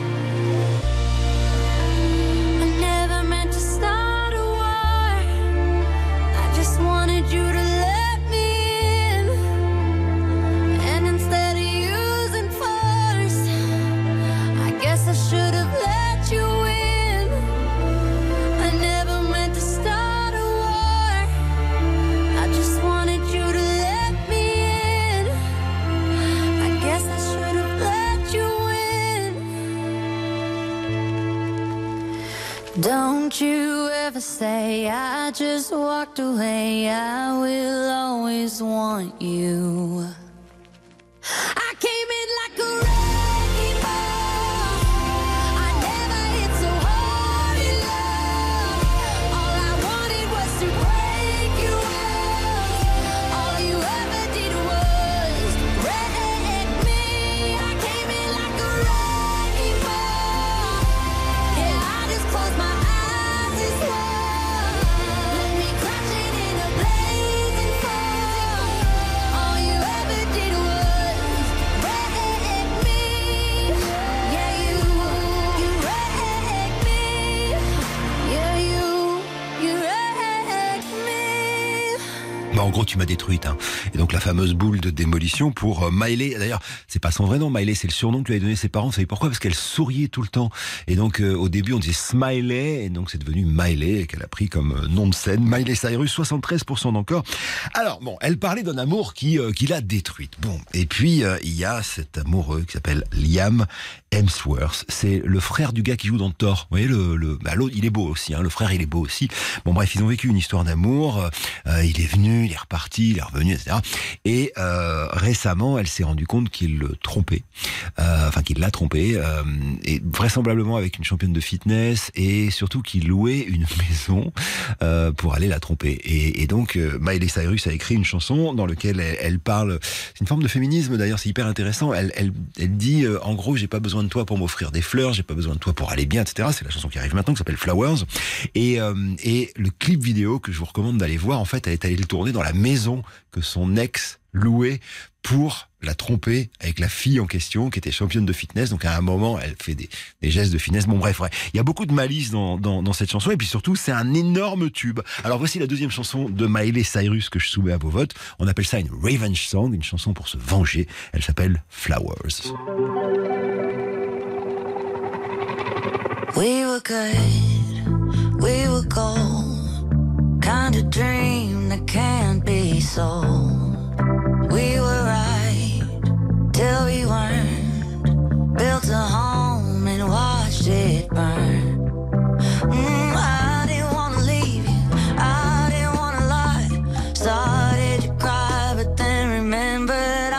I never meant to start a war. I just wanted you to let me in. And instead of using force, I guess I should have let you in. I never meant to start a war. I just wanted you to let me in. I guess I should have let you in. Don't you ever say I just walked away. I will always want you. I came in like a wrecking ball. I never hit so hard in love. All I wanted was to break your walls. All you ever did was wreck me. I came in like a wrecking ball. Yeah, I just closed my eyes and swung. Left me crashing in a blazing fall. All you ever did was wreck me. Yeah, you wrecked me. Yeah, you wrecked me. Bah, en gros, tu m'as détruite. Hein. Et donc la fameuse boule de démolition pour Miley. D'ailleurs, c'est pas son vrai nom, Miley, c'est le surnom que lui avaient donné ses parents. Vous savez pourquoi ? Parce qu'elle souriait tout le temps. Et donc au début, on disait Smiley, et donc c'est devenu Miley, et qu'elle a pris comme nom de scène. Miley Cyrus, 73% d'encore. Alors bon, elle parlait d'un amour qui l'a détruite. Bon, et puis il y a cet amoureux qui s'appelle Liam Hemsworth. C'est le frère du gars qui joue dans Thor. Vous voyez, l'autre, il est beau aussi. Hein, le frère, il est beau aussi. Bon bref, ils ont vécu une histoire d'amour. Il est venu, il est reparti, il est revenu, etc. Et récemment, elle s'est rendue compte qu'il le trompait, qu'il l'a trompé, et vraisemblablement avec une championne de fitness, et surtout qu'il louait une maison pour aller la tromper. Et donc, Miley Cyrus a écrit une chanson dans laquelle elle parle. C'est une forme de féminisme d'ailleurs, c'est hyper intéressant. Elle dit, en gros, j'ai pas besoin de toi pour m'offrir des fleurs, j'ai pas besoin de toi pour aller bien, etc. C'est la chanson qui arrive maintenant, qui s'appelle Flowers. Et le clip vidéo que je vous recommande d'aller voir, en fait, elle est allée le tourner dans dans la maison que son ex louait pour la tromper avec la fille en question qui était championne de fitness. Donc à un moment, elle fait des gestes de finesse. Bon bref, ouais. Il y a beaucoup de malice dans cette chanson et puis surtout, c'est un énorme tube. Alors voici la deuxième chanson de Miley Cyrus que je soumets à vos votes. On appelle ça une revenge song, une chanson pour se venger. Elle s'appelle Flowers. We were good, we were gold, kind of dream that can't be sold. We were right till we weren't, built a home and watched it burn. I didn't wanna leave you, I didn't wanna lie, started to cry but then remembered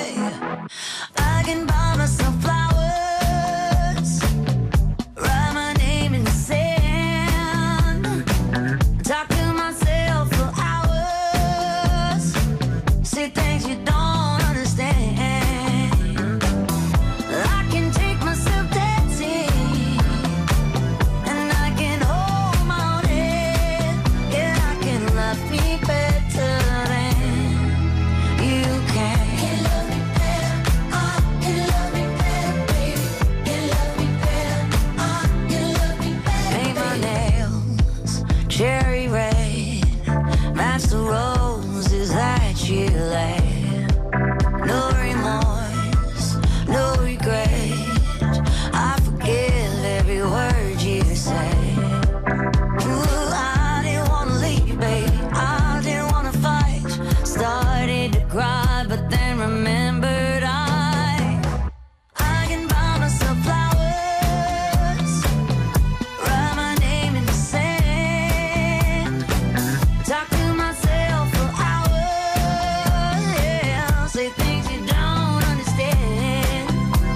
I can buy myself flowers, write my name in the sand, talk to myself for hours, say things you don't understand. I can take myself dancing, and I can hold my own head. Yeah, I can love me better than you can. Can love me better, I can love me better, baby. Can love me better, I can love me better. Paint my nails cherry red, match the roses that you laid. No remorse, no regret, I forgive every word you say. Ooh, I didn't wanna leave, baby, I didn't wanna fight, started to cry but then remembered I can buy myself flowers, write my name in the sand, talk to myself for hours, yeah, say things you don't understand.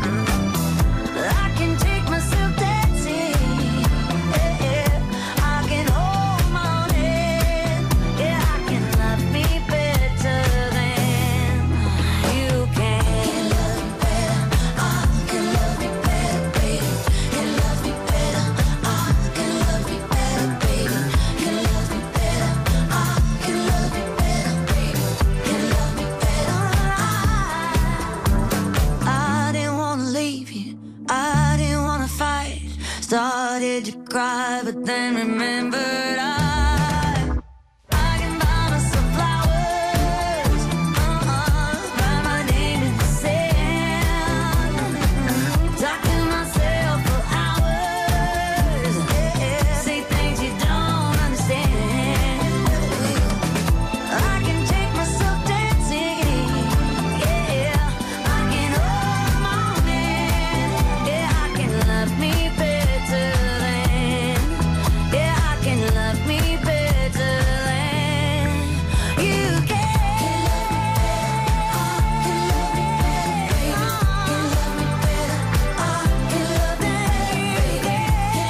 I can take myself dancing, yeah, I can hold my own head, yeah, I can love me better than you can. Can love me better, I can love me better, baby. Can love me better, I can love me better, baby. Can love me better, I can love me better, baby. Can love me better, I didn't wanna leave you, I didn't wanna fight, started to cry but then remembered I can buy myself flowers, write my name in the sand, talk to myself for hours, yeah, say things you don't understand. I can take myself dancing, yeah, I can hold my own hand, yeah, I can love me better than, yeah, I can love me better than you can. Can love me better, I can love me better,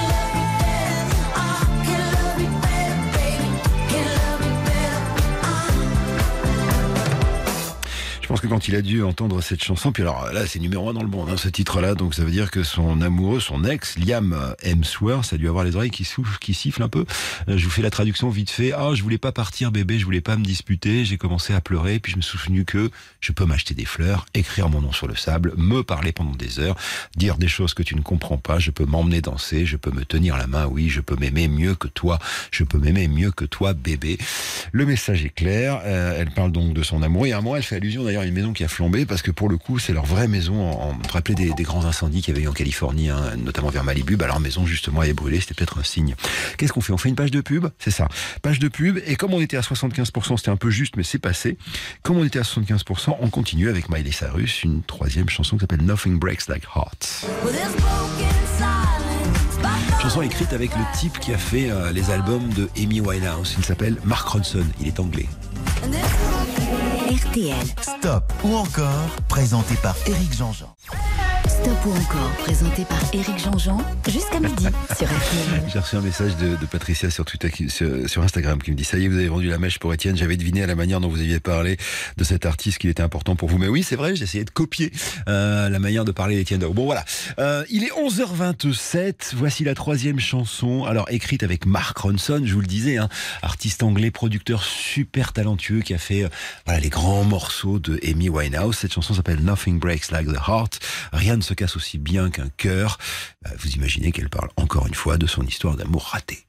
I can love me better, baby. Can love me better, I can love me better, baby. Can love me better. Je pense que quand il a dû entendre cette chanson, puis alors là c'est numéro 1 dans le monde, hein, ce titre-là, donc ça veut dire que son amoureux, son ex, Liam Hemsworth, ça a dû avoir les oreilles qui sifflent un peu. Je vous fais la traduction vite fait. Ah, je voulais pas partir bébé, je voulais pas me disputer, j'ai commencé à pleurer, puis je me suis souvenu que je peux m'acheter des fleurs, écrire mon nom sur le sable, me parler pendant des heures, dire des choses que tu ne comprends pas, je peux m'emmener danser, je peux me tenir la main, oui, je peux m'aimer mieux que toi, je peux m'aimer mieux que toi bébé. Le message est clair, elle parle donc de son amour, et à un moment elle fait allusion d'ailleurs à une maison qui a flambé, parce que pour le coup c'est leur vraie maison, vous vous rappelez des grands incendies qu'il y avait eu en Californie, hein, notamment vers Malibu, bah leur maison justement est brûlée, c'était peut-être un signe. Qu'est-ce qu'on fait? On fait une page de pub, c'est ça, page de pub, et comme on était à 75%, c'était un peu juste mais c'est passé, comme on était à 75%, on continue avec Miley Cyrus, une troisième chanson qui s'appelle Nothing Breaks Like Hearts. Well, there's broken silence, but Chanson écrite avec le type qui a fait les albums de Amy Winehouse, il s'appelle Mark Ronson, il est anglais. and there's RTL. Stop ou encore, présenté par Éric Jean-Jean. Stop ou encore, présenté par Éric Jean-Jean, jusqu'à midi sur RTL. J'ai reçu un message de Patricia sur Twitter, sur Instagram, qui me dit: ça y est, vous avez vendu la mèche pour Étienne. J'avais deviné à la manière dont vous aviez parlé de cet artiste qu'il était important pour vous. Mais oui, c'est vrai, j'ai essayé de copier la manière de parler d'Étienne Dao. Bon, voilà. Il est 11h27. Voici la troisième chanson. Alors, écrite avec Mark Ronson, je vous le disais, hein, artiste anglais, producteur super talentueux qui a fait les grands morceaux de Amy Winehouse. Cette chanson s'appelle Nothing Breaks Like the Heart. Rien ne se casse aussi bien qu'un cœur. Vous imaginez qu'elle parle encore une fois de son histoire d'amour raté.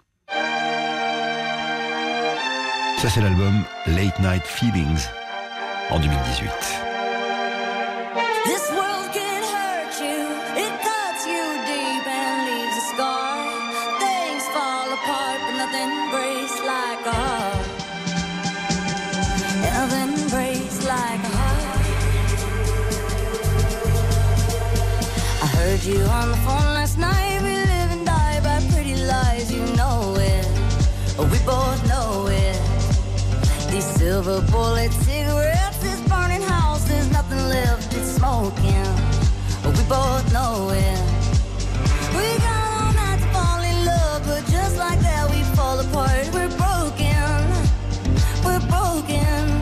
Ça, c'est l'album Late Night Feelings en 2018. This world can hurt you, it cuts you deep and leaves a scar. Things fall apart, but nothing breaks like a heart. Nothing breaks like a heart. I heard you on the phone last night. We live and die by pretty lies, you know it. We both know it. These silver bullet cigarettes, this burning house, there's nothing left, it's smoking. We both know it. We got all night to fall in love, but just like that we fall apart. We're broken, we're broken.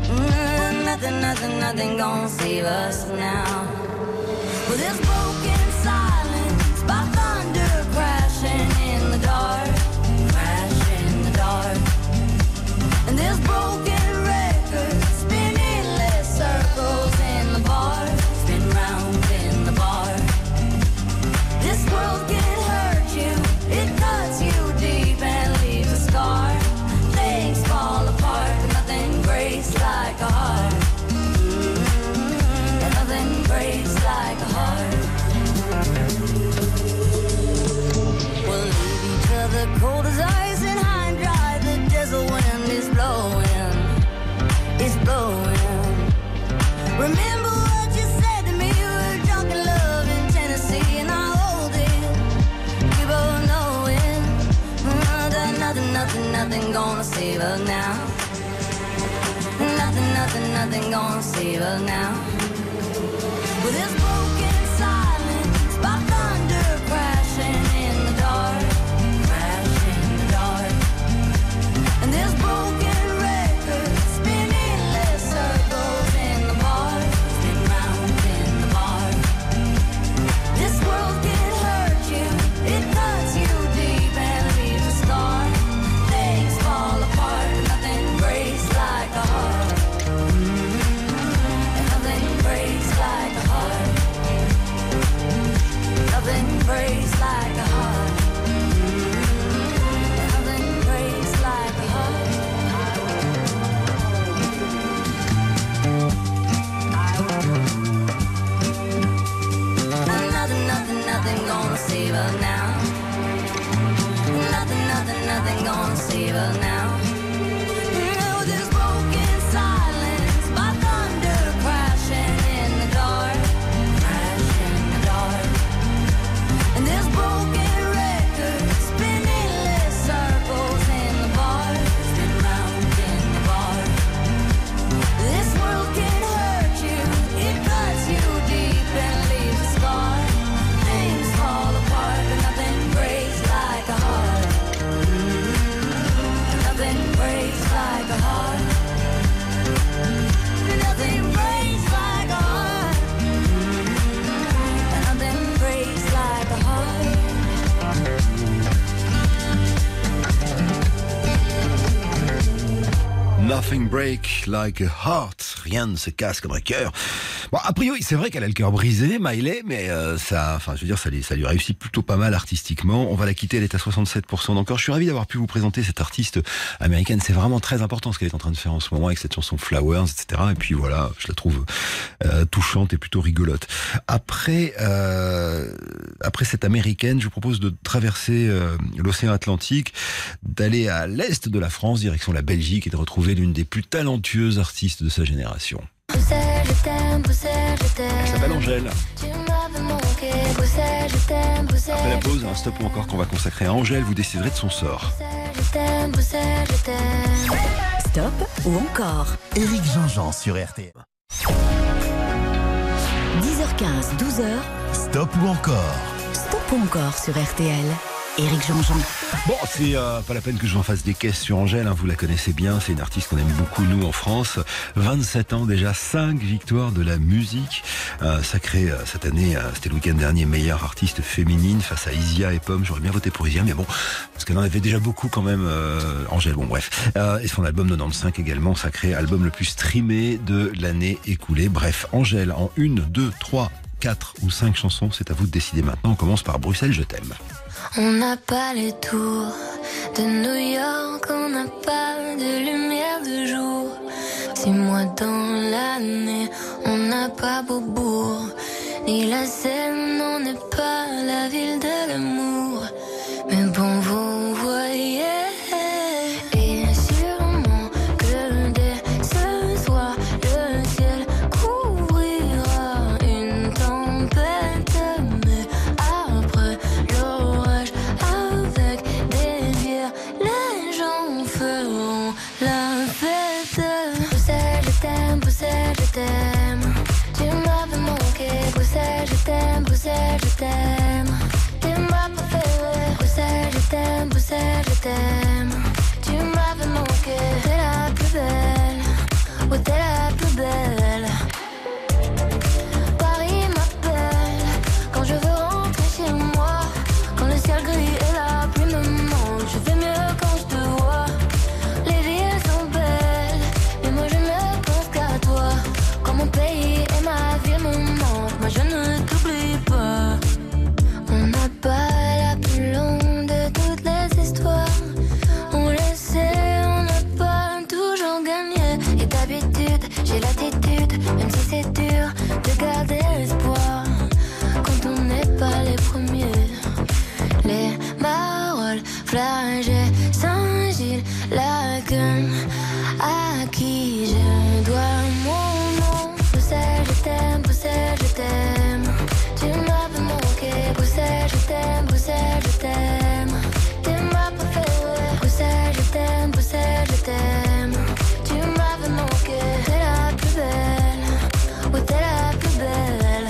Nothing gonna save us now. Well, this broken silence by thunder crashing in the dark, crashing in the dark. And this broken record spinning endless circles in the bar, spin round in the bar. This world can hurt you, it cuts you deep and leaves a scar. Things fall apart, but nothing breaks like a heart. Nothing breaks like a heart. We'll leave each other cold as ice and high and dry. The desert wind is blowing, it's blowing. Remember what you said to me? We were drunk in love in Tennessee, and I hold it. We both know it. Nothing gonna save us now. Nothing gonna save us now. With this broken silence by thunder crashing in the dark, crashing in the dark. And this broken record spinning endless circles in the bar, spin round in the bar. This world can hurt you, it cuts you deep and leaves a scar. Things fall apart, but nothing breaks like a heart. Nothing breaks like a heart. Nothing breaks like a heart. Nothing breaks like a heart. Nothing gonna save us now. Nothing gonna save us now. No, this broken silence by thunder crashing in the dark, crashing in the dark. And this broken record spinning endless circles in the bar, spin round in the bar. This world can hurt you, it cuts you deep and leaves a scar. Things fall apart, but nothing breaks like a heart. Nothing breaks like a heart. Nothing breaks like a heart. Nothing breaks like a heart. Nothing break like a heart. Rien ne se casse comme un cœur. Bon, a priori, c'est vrai qu'elle a le cœur brisé, Miley, mais ça lui réussit plutôt pas mal artistiquement. On va la quitter, elle est à 67% d'encore. Je suis ravi d'avoir pu vous présenter cette artiste américaine. C'est vraiment très important ce qu'elle est en train de faire en ce moment avec cette chanson Flowers, etc. Et puis voilà, je la trouve touchante et plutôt rigolote. Après cette américaine, je vous propose de traverser l'océan Atlantique, d'aller à l'est de la France, direction la Belgique, et de retrouver l'une des plus talentueuses artistes de sa génération. Bruxelles, je t'aime, Bruxelles, je t'aime. Elle s'appelle Angèle. Tu m'avais manqué, Bruxelles, je t'aime, Bruxelles. Après la pause, un stop ou encore qu'on va consacrer à Angèle, vous déciderez de son sort. Je t'aime, Bruxelles, je t'aime. Stop ou encore. Éric Jean-Jean sur RTL. 10h15, 12h, Stop ou encore? Stop ou encore sur RTL. Éric Jean-Jean. Bon, c'est pas la peine que je vous en fasse des caisses sur Angèle, hein, vous la connaissez bien, c'est une artiste qu'on aime beaucoup nous en France. 27 ans déjà, 5 victoires de la musique. Sacrée cette année, c'était le week-end dernier, meilleure artiste féminine face à Isia et Pomme. J'aurais bien voté pour Isia, mais bon, parce qu'elle en avait déjà beaucoup quand même, Angèle, bon bref. Et son album 95 également, sacré album le plus streamé de l'année écoulée. Bref, Angèle en 1, 2, 3, 4 ou 5 chansons, c'est à vous de décider maintenant. On commence par Bruxelles, je t'aime. On n'a pas les tours de New York, on n'a pas de lumière de jour. 6 mois dans l'année, on n'a pas Beaubourg, ni la Seine, on n'est pas la ville de l'amour. Mais bon, vous voyez, et sûrement que dès ce soir, le ciel couvrira une tempête. Mais après l'orage, avec des bières, les gens feront la fête. Bruxelles, je t'aime, Bruxelles, je t'aime. Tu m'avais manqué, Bruxelles, je t'aime, Bruxelles, je t'aime. T'es ma préférée, Bruxelles, je t'aime, Bruxelles, je t'aime. Tu m'avais manqué, t'es la plus belle, oh t'es la plus belle. Paris m'appelle, quand je veux rentrer chez moi. Quand le ciel gris et la pluie me manquent, je vais mieux quand je te vois. Les villes sont belles, mais moi je ne pense qu'à toi. Quand mon pays et ma ville me manquent, moi je ne t'oublie pas. On n'a pas la plus longue de toutes les histoires. On le sait, on n'a pas toujours gagné. Et d'habitude, j'ai l'attitude, même si c'est dur, de garder l'espoir. Quand on n'est pas les premiers. Les Marolles, Flagey, Saint-Gilles, Laken, à qui je dois mon nom. Bruxelles, je t'aime, Bruxelles, je t'aime. Tu m'avais manqué, Bruxelles, je t'aime, Bruxelles, je t'aime. T'es ma préférée, Bruxelles, je t'aime, Bruxelles, je t'aime. Tu m'avais manqué, t'es la plus belle, oh t'es la plus belle.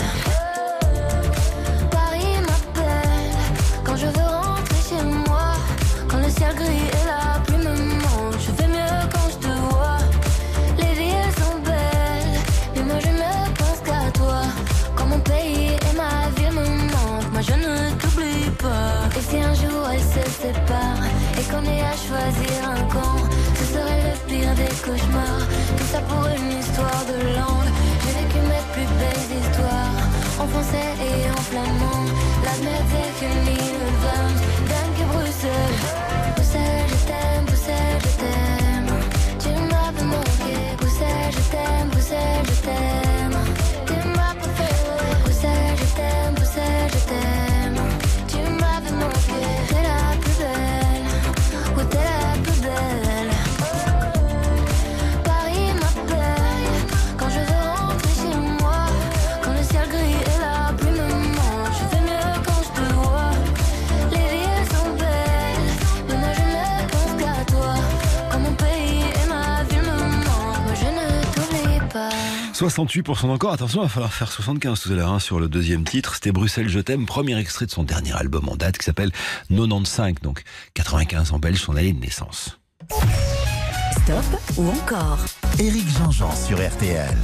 Paris m'appelle, quand je veux rentrer chez moi. Quand le ciel gris et la pluie me manquent, je vais mieux quand je te vois. Les villes sont belles, mais moi je ne pense qu'à toi. Quand mon pays et ma ville me manquent, moi je ne t'oublie pas. Et si un jour elles se séparent et qu'on ait à choisir un camp, ce serait le pire des cauchemars. Tout ça pour une histoire de langue. J'ai vécu mes plus belles histoires en français et en flamand. La mer c'est qu'une île verte, dingue que Bruxelles. Bruxelles, je t'aime, Bruxelles, je t'aime. Tu m'avais manqué, Bruxelles, je t'aime, Bruxelles, je t'aime. T'es ma préférée, Bruxelles, je t'aime, Bruxelles, je t'aime. Tu m'avais manqué, t'es la plus belle, oh t'es la plus belle. Paris m'appelle, quand je veux rentrer chez moi. Quand le ciel gris et la pluie me manquent, je vais mieux quand je te vois. Les villes sont belles, mais moi je ne pense qu'à toi. Quand mon pays et ma ville me manquent, moi je ne t'oublie pas. 68% encore, attention, il va falloir faire 75 tout à l'heure, hein, sur le deuxième titre. C'était Bruxelles, je t'aime, premier extrait de son dernier album en date qui s'appelle 95, donc 95 en belge, son année de naissance. Stop ou encore? Éric Jean-Jean sur RTL.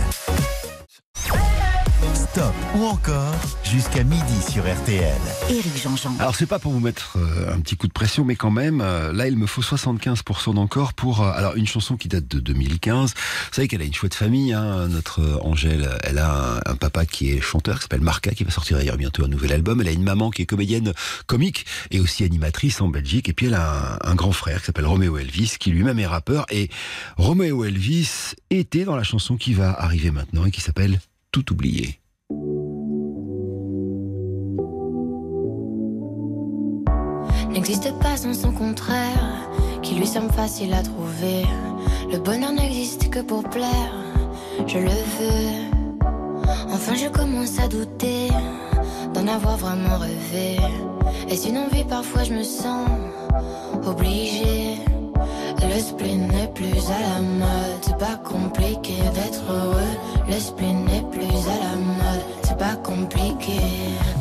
Stop ou encore jusqu'à midi sur RTL. Éric Jean-Jean. Alors c'est pas pour vous mettre un petit coup de pression, mais quand même, là il me faut 75% d'encore pour alors une chanson qui date de 2015. Vous savez qu'elle a une chouette famille, hein, notre Angèle. Elle a un papa qui est chanteur, qui s'appelle Marca, qui va sortir d'ailleurs bientôt un nouvel album. Elle a une maman qui est comédienne comique et aussi animatrice en Belgique. Et puis elle a un grand frère qui s'appelle Roméo Elvis, qui lui-même est rappeur. Et Roméo Elvis était dans la chanson qui va arriver maintenant et qui s'appelle Tout oublié. N'existe pas sans son contraire, qui lui semble facile à trouver. Le bonheur n'existe que pour plaire, je le veux. Enfin je commence à douter d'en avoir vraiment rêvé. Est-ce une envie? Parfois je me sens obligée. Le spleen n'est plus à la mode, c'est pas compliqué d'être heureux. Le spleen n'est plus à la mode, c'est pas compliqué.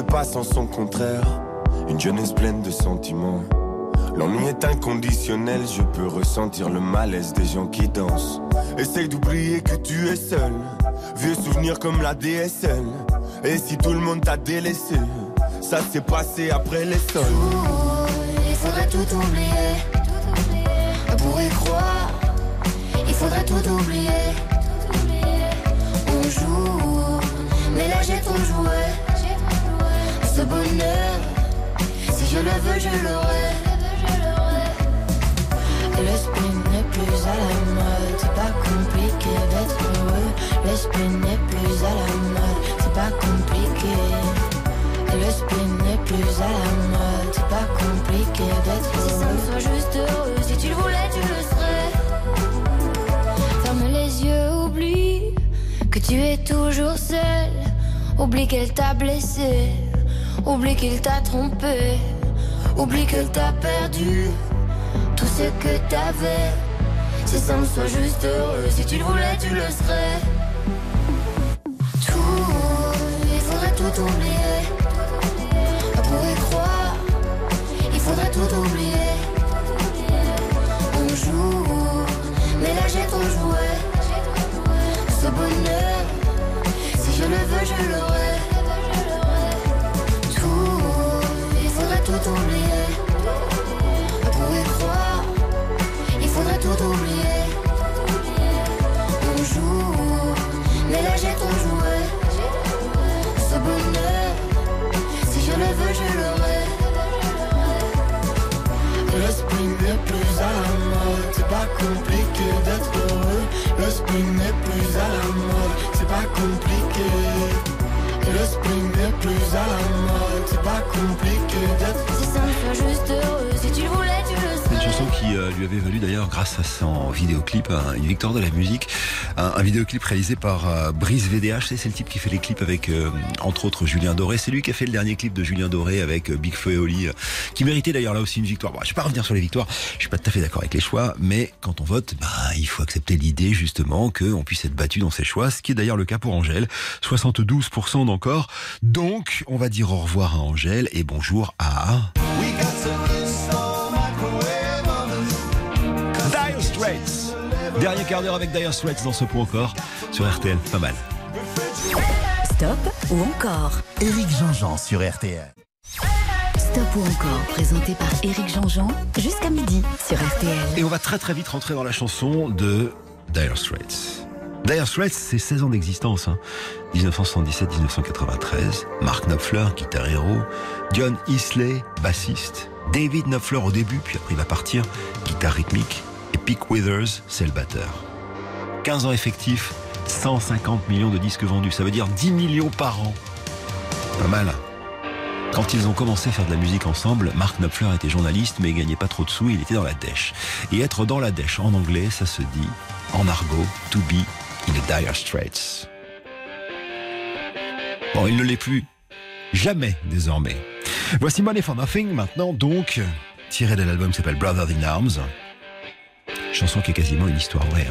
pas sans son contraire. Une jeunesse pleine de sentiments. L'ennui est inconditionnel, je peux ressentir le malaise des gens qui dansent. Essaye d'oublier que tu es seul. Vieux souvenirs comme la DSL. Et si tout le monde t'a délaissé, ça s'est passé après les sols. Il faudrait tout oublier. Pour y croire, il faudrait tout oublier. On joue, mais là j'ai trop joué. Ce bonheur, si je le veux, je l'aurai. L'esprit n'est plus à la mode, c'est pas compliqué d'être heureux. L'esprit n'est plus à la mode, c'est pas compliqué. L'esprit n'est plus à la mode, c'est pas compliqué d'être heureux. Si ça me soit juste heureux, si tu le voulais, tu le serais. Ferme les yeux, oublie que tu es toujours seul. Oublie qu'elle t'a blessé, oublie qu'il t'a trompé, oublie que t'as perdu tout ce que t'avais. Si ça me soit juste heureux, si tu le voulais, tu le serais. Tout, il faudrait tout oublier. Pour y croire, il faudrait tout oublier. On joue, mais là j'ai trop joué. Ce bonheur, si je le veux, je l'aurai. Tout, il faudrait tout oublier. Pour y croire, il faudrait tout oublier. On joue, mais là j'ai trop joué. Ce bonheur, si je le veux, je l'aurai. L'esprit n'est plus à la mode, c'est pas compliqué d'être heureux. L'esprit n'est plus à la mode, c'est pas compliqué. L'esprit n'est plus à la mode, c'est pas compliqué d'être. Si ça me fait juste heureux, si tu le voulais, tu le serais. C'est une chanson qui lui avait valu d'ailleurs, grâce à son vidéoclip, une victoire de la musique. Un vidéoclip réalisé par Brice VDH, c'est le type qui fait les clips avec, entre autres, Julien Doré. C'est lui qui a fait le dernier clip de Julien Doré avec Big Flo et Oli, qui méritait d'ailleurs là aussi une victoire. Bon, je vais pas revenir sur les victoires, je suis pas tout à fait d'accord avec les choix, mais quand on vote, il faut accepter l'idée justement qu'on puisse être battu dans ses choix, ce qui est d'ailleurs le cas pour Angèle, 72% d'encore. Donc, on va dire au revoir à Angèle et bonjour à... Dire Straits. Dernier quart d'heure avec Dire Straits dans ce point encore sur RTL, pas mal. Stop ou encore. Éric Jean-Jean sur RTL. Stop ou encore, présenté par Éric Jean-Jean, jusqu'à midi sur RTL. Et on va très très vite rentrer dans la chanson de Dire Straits. Dire Straits, c'est 16 ans d'existence. 1977-1993. Mark Knopfler, guitare héros. John Isley, bassiste. David Knopfler au début, puis après il va partir, guitare rythmique. Et Pete Withers, c'est le batteur. 15 ans effectifs, 150 millions de disques vendus. Ça veut dire 10 millions par an. Pas mal. Quand ils ont commencé à faire de la musique ensemble, Mark Knopfler était journaliste, mais il gagnait pas trop de sous, il était dans la dèche. Et être dans la dèche en anglais, ça se dit, en argot, to be in the Dire Straits. Bon, il ne l'est plus. Jamais, désormais. Voici Money for Nothing, maintenant, donc, tiré de l'album qui s'appelle Brothers in Arms. Chanson qui est quasiment une histoire vraie.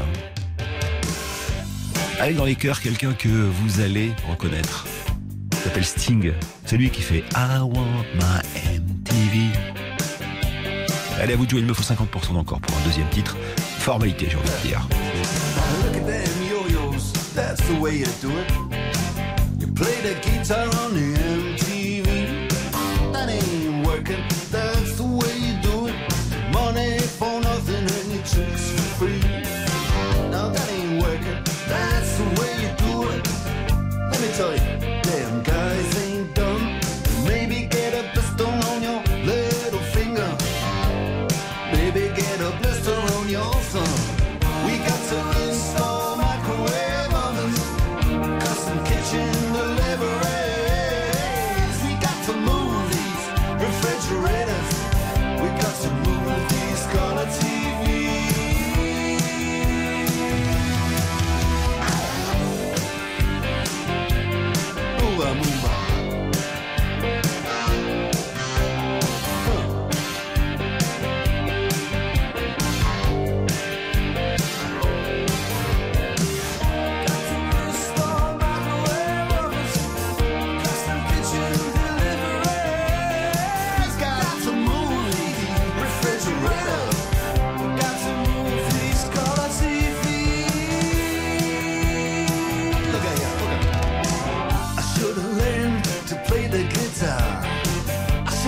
Avec dans les cœurs quelqu'un que vous allez reconnaître. Il s'appelle Sting. C'est lui qui fait I want my MTV. Allez, à vous de jouer, il me faut 50% d'encore pour un deuxième titre. Formalité, j'ai envie de dire. Look at them yo-yos, that's the way you do it. You play the guitar on the MTV. That ain't working, that's the way you do it. Money for nothing and your chicks for free. Now that ain't working, that's the way you do it. Let me tell you, damn guys ain't dumb. Maybe get a pistol on your little finger. Maybe get a blister on your thumb. We got to install microwave ovens, custom kitchen delivery.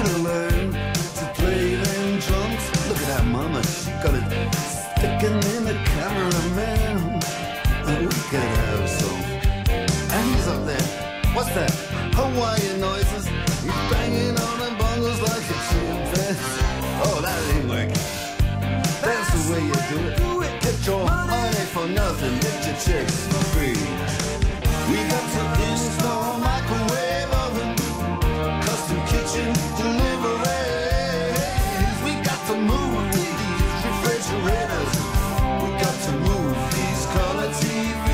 gotta learn to play them drums. Look at that mama, she got it sticking in the cameraman. We could have some. And he's up there. What's that? Hawaiian noises. He's banging on the bongos like a chimpanzee. Oh, that ain't working. That's the way you do it. Get your money for nothing. Get your chicks for free. We got to install microwave oven, custom kitchen deliveries. We got to move these refrigerators. We got to move these color TVs.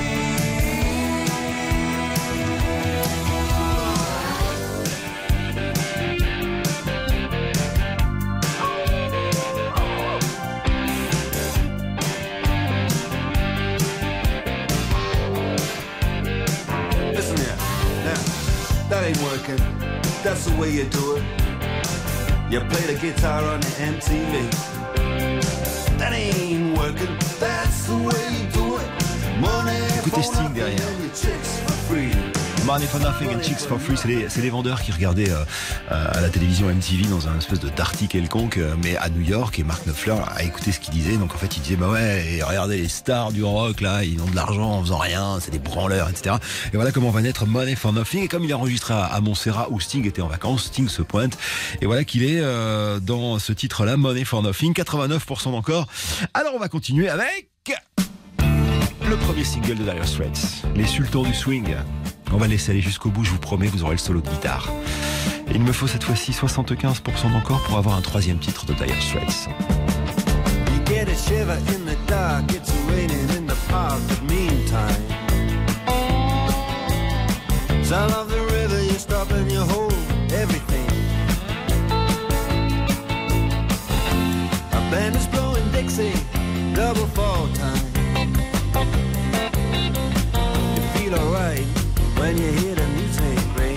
Listen here, now, that ain't working. That's the way you do it. You play the guitar on the MTV. That ain't working. That's the way you do it. Money Écoutez for Sting nothing derrière. and your chicks for free. Money for Nothing and Chicks for Free, c'est les vendeurs qui regardaient à la télévision MTV dans un espèce d'article quelconque, mais à New York, et Mark Knopfler a écouté ce qu'il disait. Donc en fait il disait bah ouais, et regardez les stars du rock là, ils ont de l'argent en faisant rien, c'est des branleurs, etc. Et voilà comment va naître Money for Nothing. Et comme il a enregistré à Montserrat où Sting était en vacances, Sting se pointe, et voilà qu'il est dans ce titre là, Money for Nothing, 89% d'encore. Alors on va continuer avec le premier single de Dire Straits, les Sultans du Swing. On va laisser aller jusqu'au bout, je vous promets, vous aurez le solo de guitare. Et il me faut cette fois-ci 75% d'encore pour avoir un troisième titre de Dire Straits. You get a shiver in the dark, it's raining in the park, but meantime sound of the river, you stop and you hold everything. A band is blowing Dixie, double fall time. You feel alright when you hear the music ring.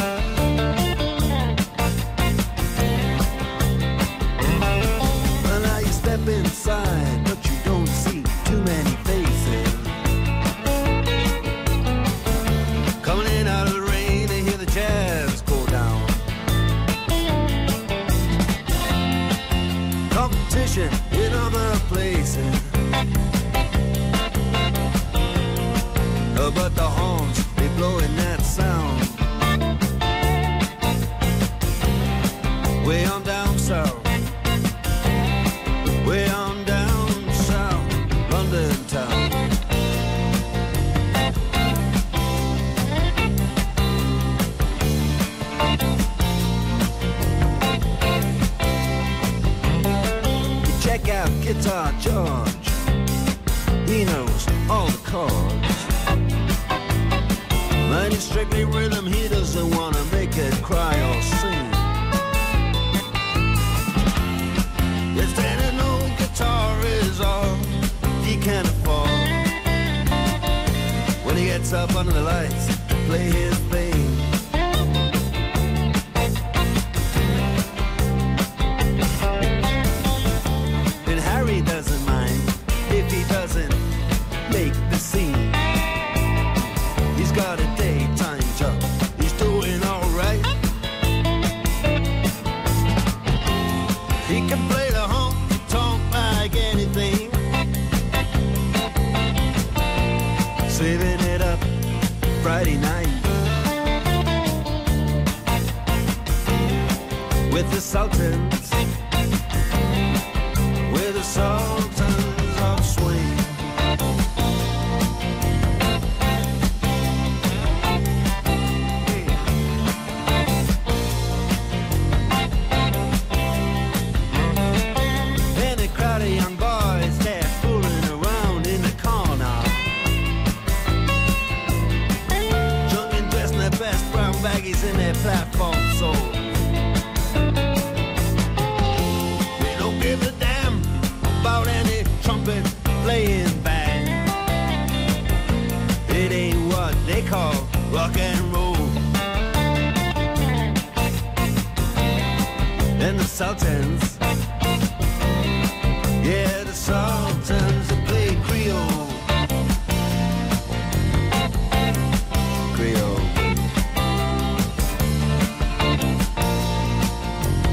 Well, now you step inside, but you don't see too many faces. Coming in out of the rain, they hear the jazz go down. Competition in other places. But the horns, they blowing that sound. Way on down south, way on down south, London town. You check out Guitar George, he knows all the chords. But it's strictly rhythm, he doesn't want to make it cry or sing. Yes, then an old guitar is all he can afford. When he gets up under the lights to play his thing. And Harry doesn't mind if he doesn't make the scene. He's got a daytime job, he's doing alright. He can play the honky-tonk like anything, saving it up Friday night with the Sultans, with the Sultans of Swing. Young boys, they're fooling around in the corner, drunk and dressed in their best brown baggies in their platform soles. They don't give a damn about any trumpet playing band. It ain't what they call rock and roll. And the Sultans, yeah, the Sultans that play Creole. Creole.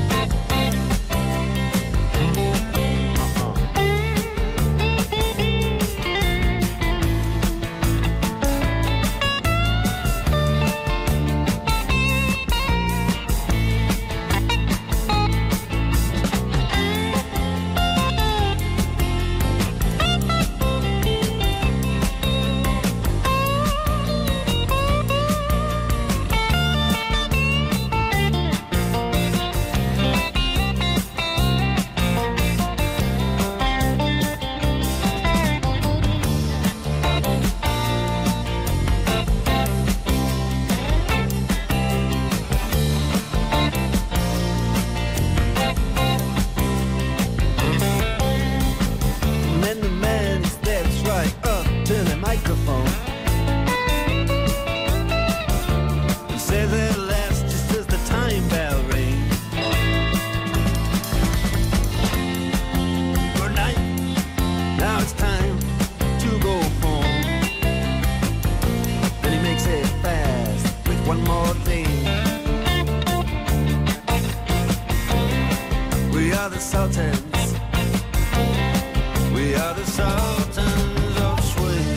are the Sultans. We are the Sultans of Swing.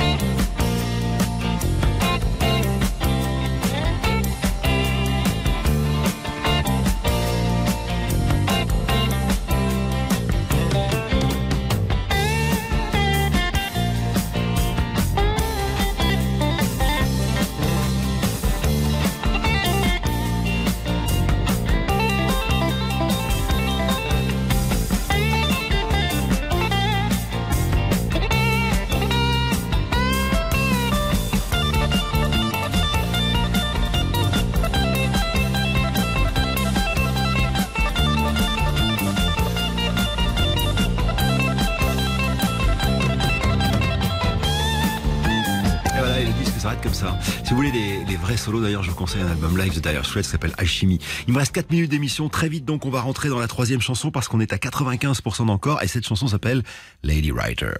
Comme ça. Si vous voulez les vrais solos, d'ailleurs, je vous conseille un album live de Dire Straits qui s'appelle Alchimie. Il me reste 4 minutes d'émission. Très vite, donc, on va rentrer dans la troisième chanson parce qu'on est à 95% d'encore et cette chanson s'appelle Lady Writer.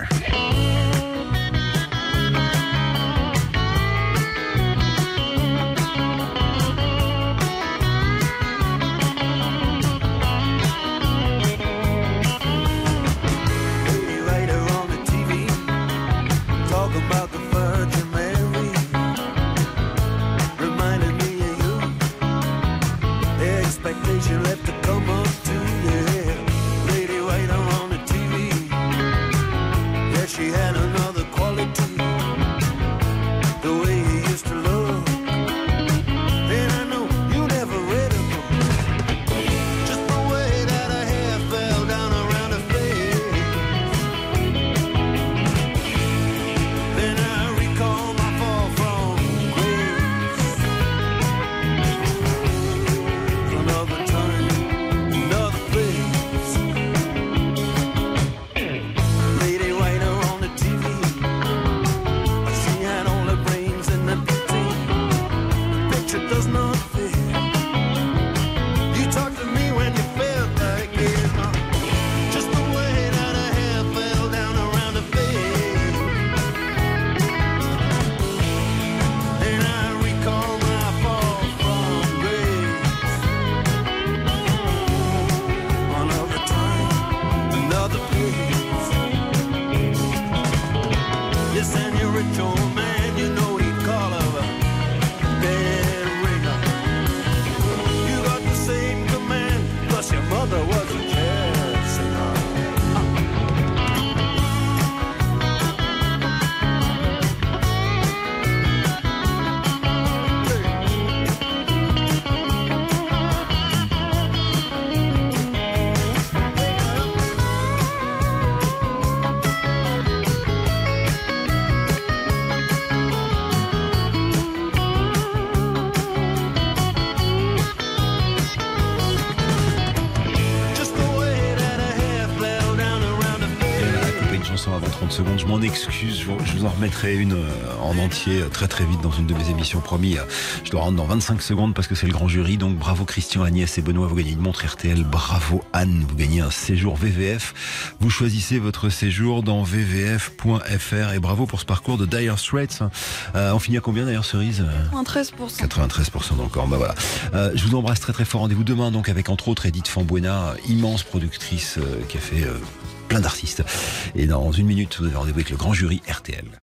Avant 30 secondes, je m'en excuse, je vous en remettrai une en entier très très vite dans une de mes émissions, promis. Je dois rendre dans 25 secondes parce que c'est le grand jury, donc bravo Christian, Agnès et Benoît, vous gagnez une montre RTL, bravo Anne, vous gagnez un séjour VVF, vous choisissez votre séjour dans vvf.fr et bravo pour ce parcours de Dire Straits. On finit à combien d'ailleurs, Cerise? 93%. 93% d'encore, bah voilà. Je vous embrasse très très fort, rendez-vous demain donc avec entre autres Edith Fambuena, immense productrice qui a fait plein d'artistes. Et dans une minute, vous avez rendez-vous avec le grand jury RTL.